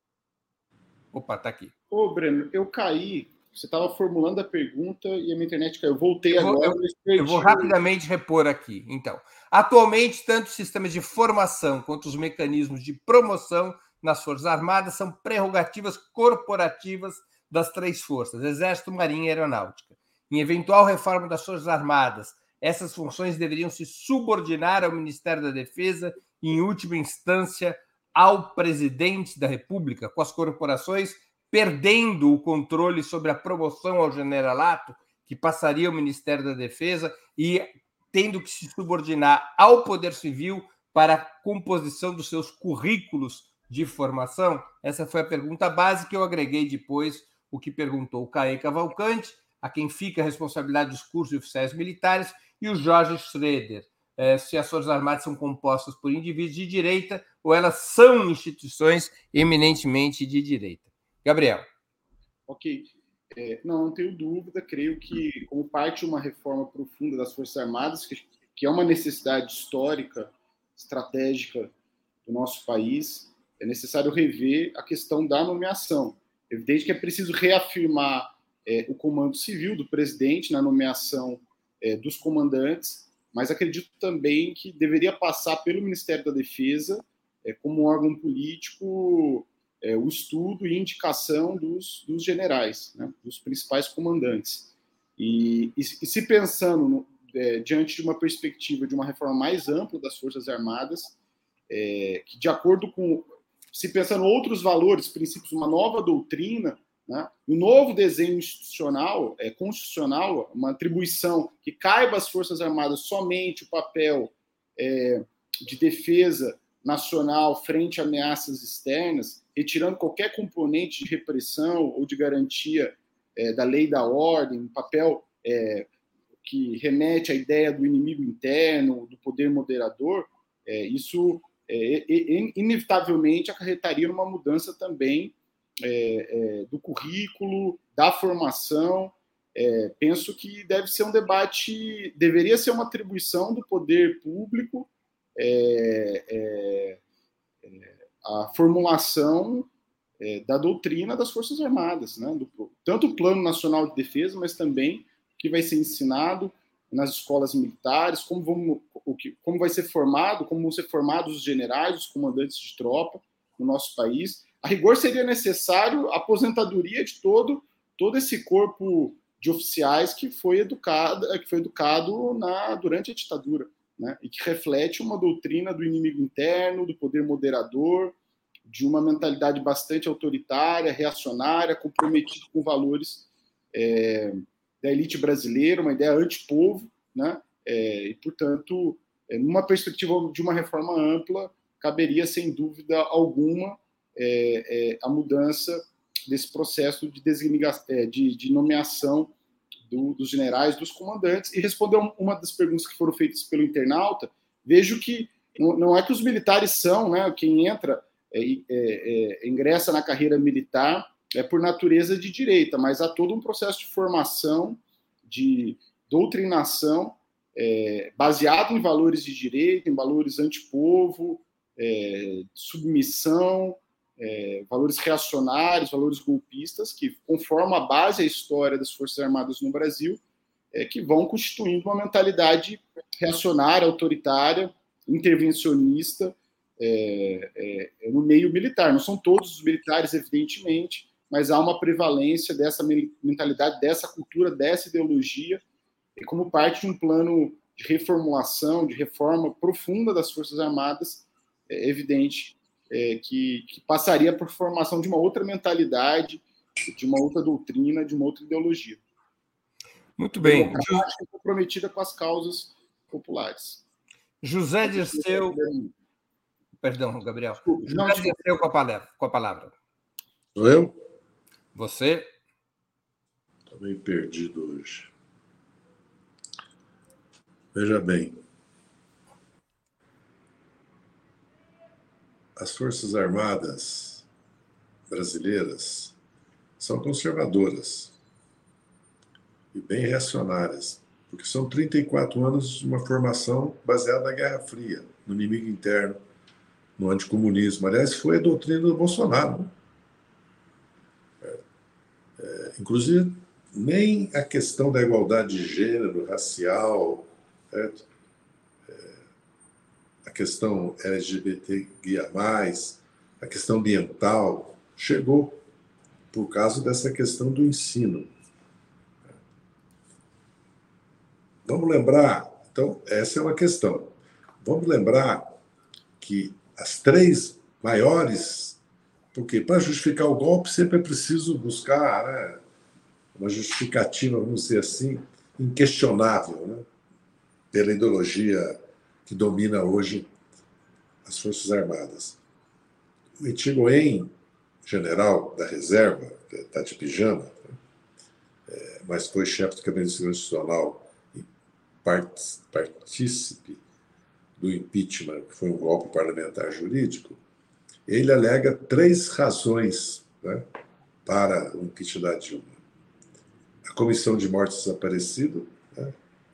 Opa, está aqui. Ô, Breno, eu caí. Você estava formulando a pergunta e a minha internet caiu. Eu voltei agora. Eu vou rapidamente repor aqui. Então, atualmente, tanto os sistemas de formação quanto os mecanismos de promoção nas Forças Armadas são prerrogativas corporativas das 3 forças, Exército, Marinha e Aeronáutica. Em eventual reforma das Forças Armadas, essas funções deveriam se subordinar ao Ministério da Defesa e, em última instância, ao Presidente da República, com as corporações perdendo o controle sobre a promoção ao generalato, que passaria ao Ministério da Defesa, e tendo que se subordinar ao Poder Civil para a composição dos seus currículos de formação? Essa foi a pergunta básica que eu agreguei depois o que perguntou o Caê Cavalcante, a quem fica a responsabilidade dos cursos de oficiais militares, e o Jorge Schroeder, se as Forças Armadas são compostas por indivíduos de direita ou elas são instituições eminentemente de direita. Gabriel. Ok. Não tenho dúvida. Creio que, como parte de uma reforma profunda das Forças Armadas, que é uma necessidade histórica, estratégica do nosso país, é necessário rever a questão da nomeação. É evidente que é preciso reafirmar o comando civil do presidente na nomeação dos comandantes, mas acredito também que deveria passar pelo Ministério da Defesa como um órgão político o estudo e indicação dos generais, né, dos principais comandantes. E se pensando diante de uma perspectiva de uma reforma mais ampla das Forças Armadas, que de acordo com, se pensando outros valores, princípios, uma nova doutrina, né, um novo desenho institucional, constitucional, uma atribuição que caiba às Forças Armadas somente o papel de defesa nacional frente a ameaças externas, retirando qualquer componente de repressão ou de garantia da lei e da ordem, um papel que remete à ideia do inimigo interno, do poder moderador, isso inevitavelmente acarretaria numa mudança também do currículo, da formação. Penso que deve ser um debate, deveria ser uma atribuição do poder público a formulação da doutrina das Forças Armadas, né? Tanto o Plano Nacional de Defesa, mas também o que vai ser ensinado nas escolas militares, como vai ser formado, como vão ser formados os generais, os comandantes de tropa no nosso país. A rigor seria necessário a aposentadoria de todo esse corpo de oficiais que foi educado durante a ditadura, né? E que reflete uma doutrina do inimigo interno, do poder moderador, de uma mentalidade bastante autoritária, reacionária, comprometida com valores da elite brasileira, uma ideia antipovo, né? E, portanto, numa perspectiva de uma reforma ampla, caberia, sem dúvida alguma, a mudança desse processo de nomeação dos generais, dos comandantes. E respondeu uma das perguntas que foram feitas pelo internauta, vejo que não é que os militares são, né, quem entra, ingressa na carreira militar por natureza de direita, mas há todo um processo de formação, de doutrinação, baseado em valores de direita, em valores antipovo, submissão, valores reacionários, valores golpistas, que conformam a base, a história das Forças Armadas no Brasil, que vão constituindo uma mentalidade reacionária, autoritária, intervencionista no meio militar. Não são todos os militares, evidentemente, mas há uma prevalência dessa mentalidade, dessa cultura, dessa ideologia, como parte de um plano de reformulação, de reforma profunda das Forças Armadas, evidente que passaria por formação de uma outra mentalidade, de uma outra doutrina, de uma outra ideologia. Muito bem. Comprometida com as causas populares. José Dirceu... Perdão, Gabriel. José Dirceu com a palavra. Sou eu? Você? Estou meio perdido hoje. Veja bem. As Forças Armadas brasileiras são conservadoras e bem reacionárias, porque são 34 anos de uma formação baseada na Guerra Fria, no inimigo interno, no anticomunismo. Aliás, foi a doutrina do Bolsonaro, né? Inclusive, nem a questão da igualdade de gênero, racial, certo? A questão LGBTQIA+, a questão ambiental, chegou por causa dessa questão do ensino. Vamos lembrar, então, essa é uma questão. Vamos lembrar que as 3 maiores, porque para justificar o golpe sempre é preciso buscar, né, uma justificativa, vamos dizer assim, inquestionável, né, pela ideologia que domina hoje as Forças Armadas. O Etigoen, general da reserva, que está de pijama, mas foi chefe do Gabinete de Segurança Nacional e partícipe do impeachment, que foi um golpe parlamentar jurídico, ele alega 3 razões, né, para o impeachment da Dilma. A comissão de morte desaparecido, né,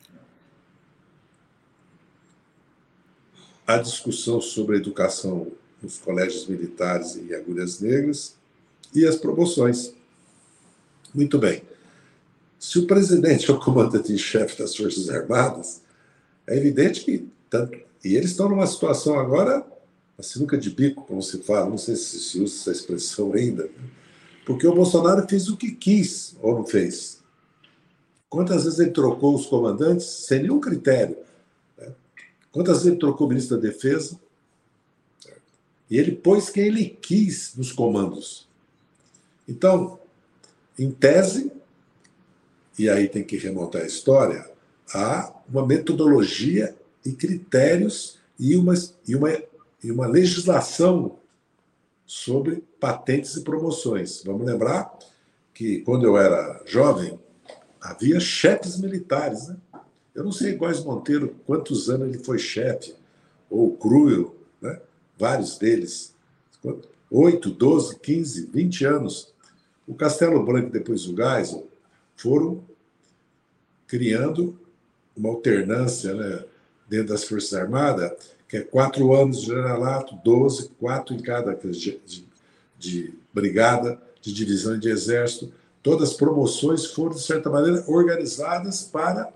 a discussão sobre a educação nos colégios militares em Agulhas Negras e as promoções. Muito bem. Se o presidente é o comandante-em-chefe das Forças Armadas, é evidente que e eles estão numa situação agora, a sinuca de bico, como se fala, não sei se usa essa expressão ainda, porque o Bolsonaro fez o que quis, ou não fez. Quantas vezes ele trocou os comandantes sem nenhum critério? Né? Quantas vezes ele trocou o ministro da Defesa? E ele pôs quem ele quis nos comandos. Então, em tese, e aí tem que remontar a história, há uma metodologia e critérios e uma legislação sobre patentes e promoções. Vamos lembrar que, quando eu era jovem, havia chefes militares, né? Eu não sei, Góes Monteiro, quantos anos ele foi chefe, ou Cruel, né? Vários deles. 8, 12, 15, 20 anos. O Castelo Branco e depois o Geisel foram criando uma alternância, né, dentro das Forças Armadas, que é 4 anos de generalato, 12, 4 em cada de brigada, de divisão de exército. Todas as promoções foram, de certa maneira, organizadas para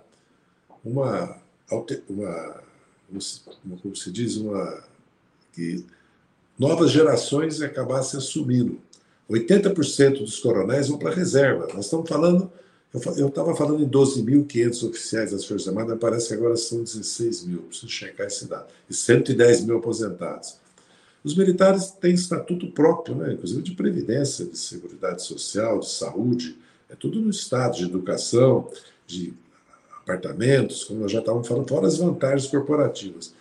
como se diz, que novas gerações acabassem assumindo. 80% dos coronéis vão para a reserva. Nós estamos falando, eu estava falando em 12.500 oficiais das Forças Armadas, parece que agora são 16 mil, preciso checar esse dado, e 110 mil aposentados. Os militares têm estatuto próprio, né? Inclusive de previdência, de seguridade social, de saúde, é tudo no Estado, de educação, de apartamentos, como nós já estávamos falando, fora as vantagens corporativas.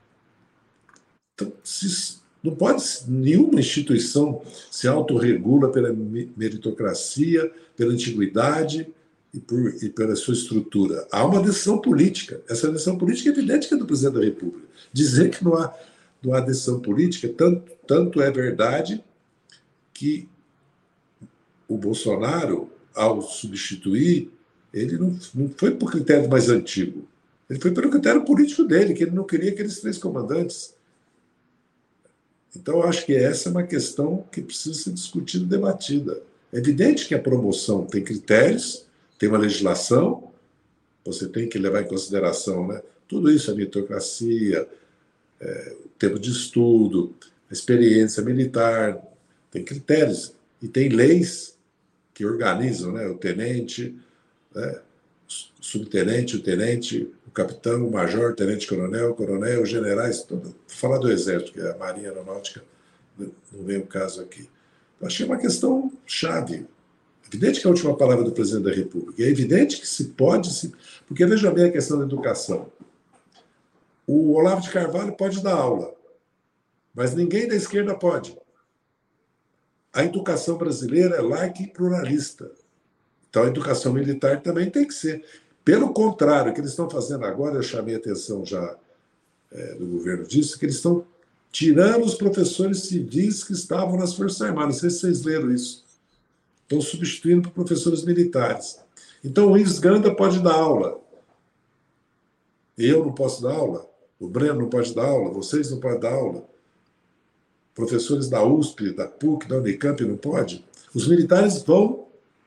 Então, não pode, nenhuma instituição se autorregula pela meritocracia, pela antiguidade e pela sua estrutura. Há uma decisão política. Essa decisão política é evidente que é do presidente da República. Dizer que não há decisão política, tanto é verdade que o Bolsonaro, ao substituir, ele não foi por critério mais antigo. Ele foi pelo critério político dele, que ele não queria aqueles 3 comandantes. Então, eu acho que essa é uma questão que precisa ser discutida e debatida. É evidente que a promoção tem critérios, tem uma legislação, você tem que levar em consideração, né, tudo isso, a meritocracia, o tempo de estudo, a experiência militar, tem critérios. E tem leis que organizam, né, o tenente, né, o subtenente, o tenente, o capitão, o major, o tenente-coronel, o coronel, os generais, vou falar do Exército, que é a Marinha Aeronáutica, não vem o caso aqui. Eu achei uma questão chave. É evidente que é a última palavra do presidente da República. É evidente que se pode... Porque veja bem a questão da educação. O Olavo de Carvalho pode dar aula, mas ninguém da esquerda pode. A educação brasileira é laica e pluralista. Então, a educação militar também tem que ser. Pelo contrário, o que eles estão fazendo agora, eu chamei a atenção já do governo disso, que eles estão tirando os professores civis que estavam nas Forças Armadas. Não sei se vocês leram isso. Estão substituindo por professores militares. Então, o Isganda pode dar aula. Eu não posso dar aula. O Breno não pode dar aula. Vocês não podem dar aula. Professores da USP, da PUC, da Unicamp não pode. Os militares vão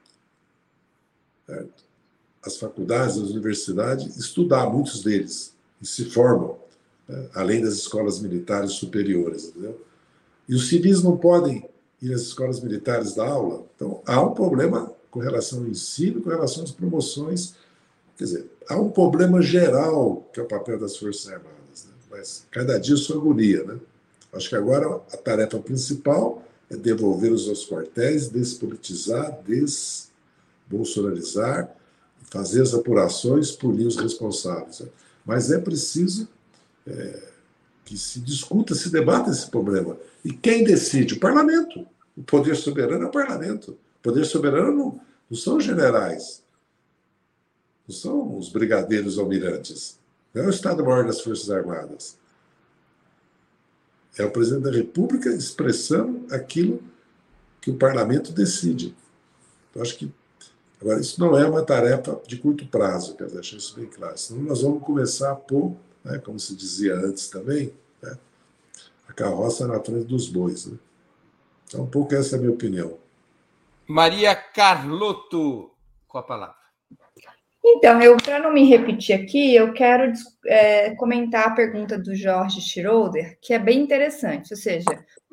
às faculdades, às universidades, estudar, muitos deles, e se formam, né, além das escolas militares superiores. Entendeu? E os civis não podem ir às escolas militares dar aula. Então, há um problema com relação ao ensino, com relação às promoções. Quer dizer, há um problema geral, que é o papel das Forças Armadas. Né? Mas cada dia sua agonia. Né? Acho que agora a tarefa principal é devolvê-los aos quartéis, despolitizar, desbolsonarizar, fazer as apurações, punir os responsáveis. Né? Mas é preciso que se discuta, se debata esse problema. E quem decide? O parlamento. O poder soberano é o parlamento. O poder soberano não são os generais, não são os brigadeiros almirantes, não é o Estado-Maior das Forças Armadas. É o presidente da República expressando aquilo que o parlamento decide. Eu acho que agora, isso não é uma tarefa de curto prazo, quero deixar isso bem claro. Senão nós vamos começar a pôr, né, como se dizia antes também, né, a carroça na frente dos bois. Né? Então, um pouco essa é a minha opinião. Maria Carlotto, com a palavra. Então, para não me repetir aqui, eu quero comentar a pergunta do Jorge Schroeder, que é bem interessante. Ou seja,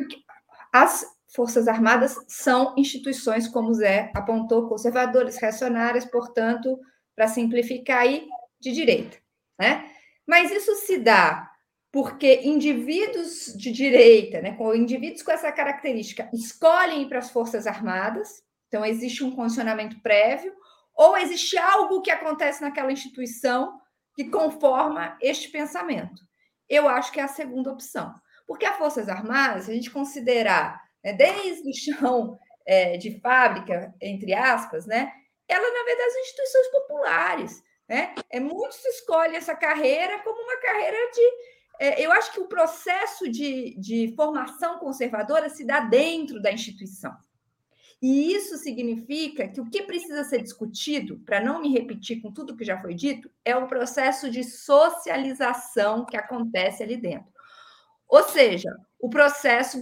as Forças Armadas são instituições, como o Zé apontou, conservadoras, reacionárias, portanto, para simplificar aí, de direita. Né? Mas isso se dá porque indivíduos de direita, né, indivíduos com essa característica, escolhem ir para as Forças Armadas, então existe um condicionamento prévio, ou existe algo que acontece naquela instituição que conforma este pensamento. Eu acho que é a segunda opção. Porque as Forças Armadas, se a gente considerar, né, desde o chão de fábrica, entre aspas, né, ela, na verdade, são instituições populares. né? Muitos escolhem essa carreira como uma carreira de... eu acho que o processo de formação conservadora se dá dentro da instituição. E isso significa que o que precisa ser discutido, para não me repetir com tudo que já foi dito, é o processo de socialização que acontece ali dentro. Ou seja, o processo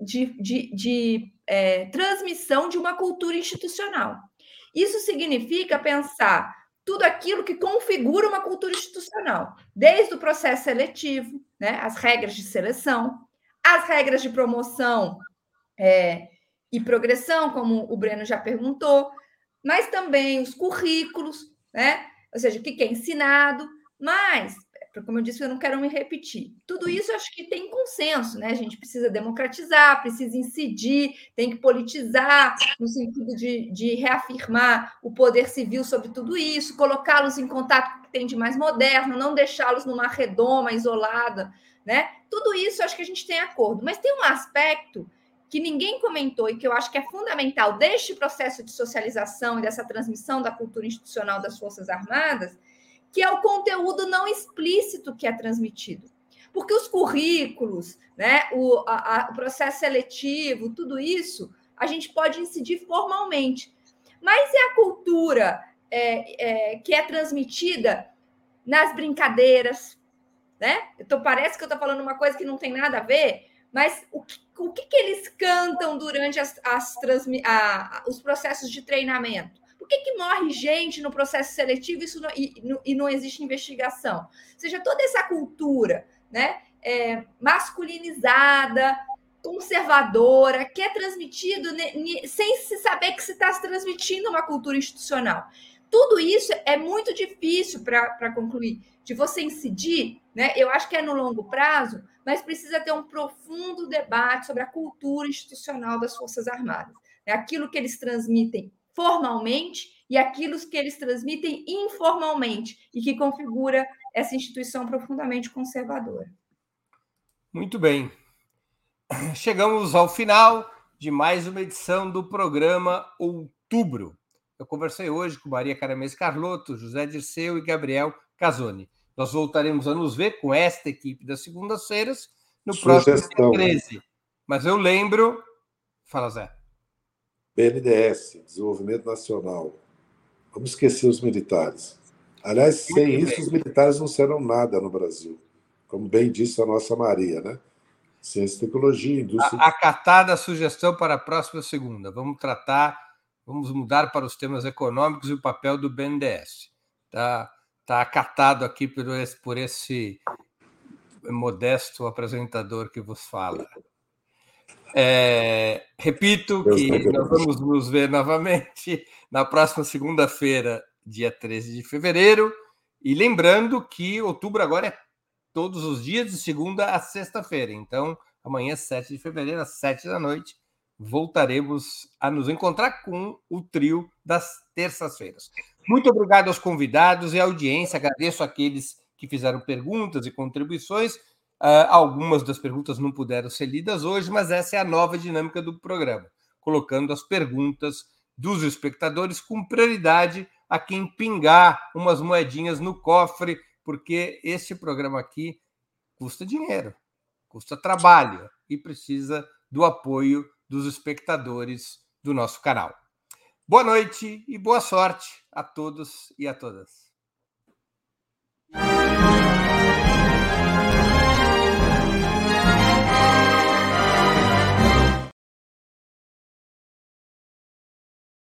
de transmissão de uma cultura institucional. Isso significa pensar tudo aquilo que configura uma cultura institucional, desde o processo seletivo, né, as regras de seleção, as regras de promoção e progressão, como o Breno já perguntou, mas também os currículos, né? Ou seja, o que é ensinado, mas, como eu disse, eu não quero me repetir. Tudo isso eu acho que tem consenso, né? A gente precisa democratizar, precisa incidir, tem que politizar, no sentido de reafirmar o poder civil sobre tudo isso, colocá-los em contato com o que tem de mais moderno, não deixá-los numa redoma isolada, né? Tudo isso eu acho que a gente tem acordo, mas tem um aspecto que ninguém comentou e que eu acho que é fundamental deste processo de socialização e dessa transmissão da cultura institucional das Forças Armadas, que é o conteúdo não explícito que é transmitido. Porque os currículos, né, o processo seletivo, tudo isso, a gente pode incidir formalmente. Mas é a cultura que é transmitida nas brincadeiras, né? Então, parece que eu estou falando uma coisa que não tem nada a ver, mas o que eles cantam durante os processos de treinamento? Por que morre gente no processo seletivo e não existe investigação? Ou seja, toda essa cultura, né, masculinizada, conservadora, que é transmitido sem se saber que se está se transmitindo uma cultura institucional. Tudo isso é muito difícil para concluir, de você incidir, né? Eu acho que é no longo prazo, mas precisa ter um profundo debate sobre a cultura institucional das Forças Armadas. Aquilo que eles transmitem formalmente e aquilo que eles transmitem informalmente e que configura essa instituição profundamente conservadora. Muito bem. Chegamos ao final de mais uma edição do programa Outubro. Eu conversei hoje com Maria Caramês Carlotto, José Dirceu e Gabriel Casoni. Nós voltaremos a nos ver com esta equipe das segundas-feiras no próximo dia 13. Mas eu lembro... Fala, Zé. BNDES, Desenvolvimento Nacional. Vamos esquecer os militares. Aliás, sem isso, os militares não serão nada no Brasil. Como bem disse a nossa Maria, né? Ciência e tecnologia, indústria... Acatada a sugestão para a próxima segunda. Vamos mudar para os temas econômicos e o papel do BNDES. Está acatado aqui por esse modesto apresentador que vos fala. Repito que nós vamos nos ver novamente na próxima segunda-feira, dia 13 de fevereiro. E lembrando que outubro agora é todos os dias, de segunda a sexta-feira. Então, amanhã, 7 de fevereiro, às 7 da noite, voltaremos a nos encontrar com o trio das terças-feiras. Muito obrigado aos convidados e à audiência. Agradeço àqueles que fizeram perguntas e contribuições. Algumas das perguntas não puderam ser lidas hoje, mas essa é a nova dinâmica do programa, colocando as perguntas dos espectadores com prioridade a quem pingar umas moedinhas no cofre, porque este programa aqui custa dinheiro, custa trabalho e precisa do apoio dos espectadores do nosso canal. Boa noite e boa sorte a todos e a todas.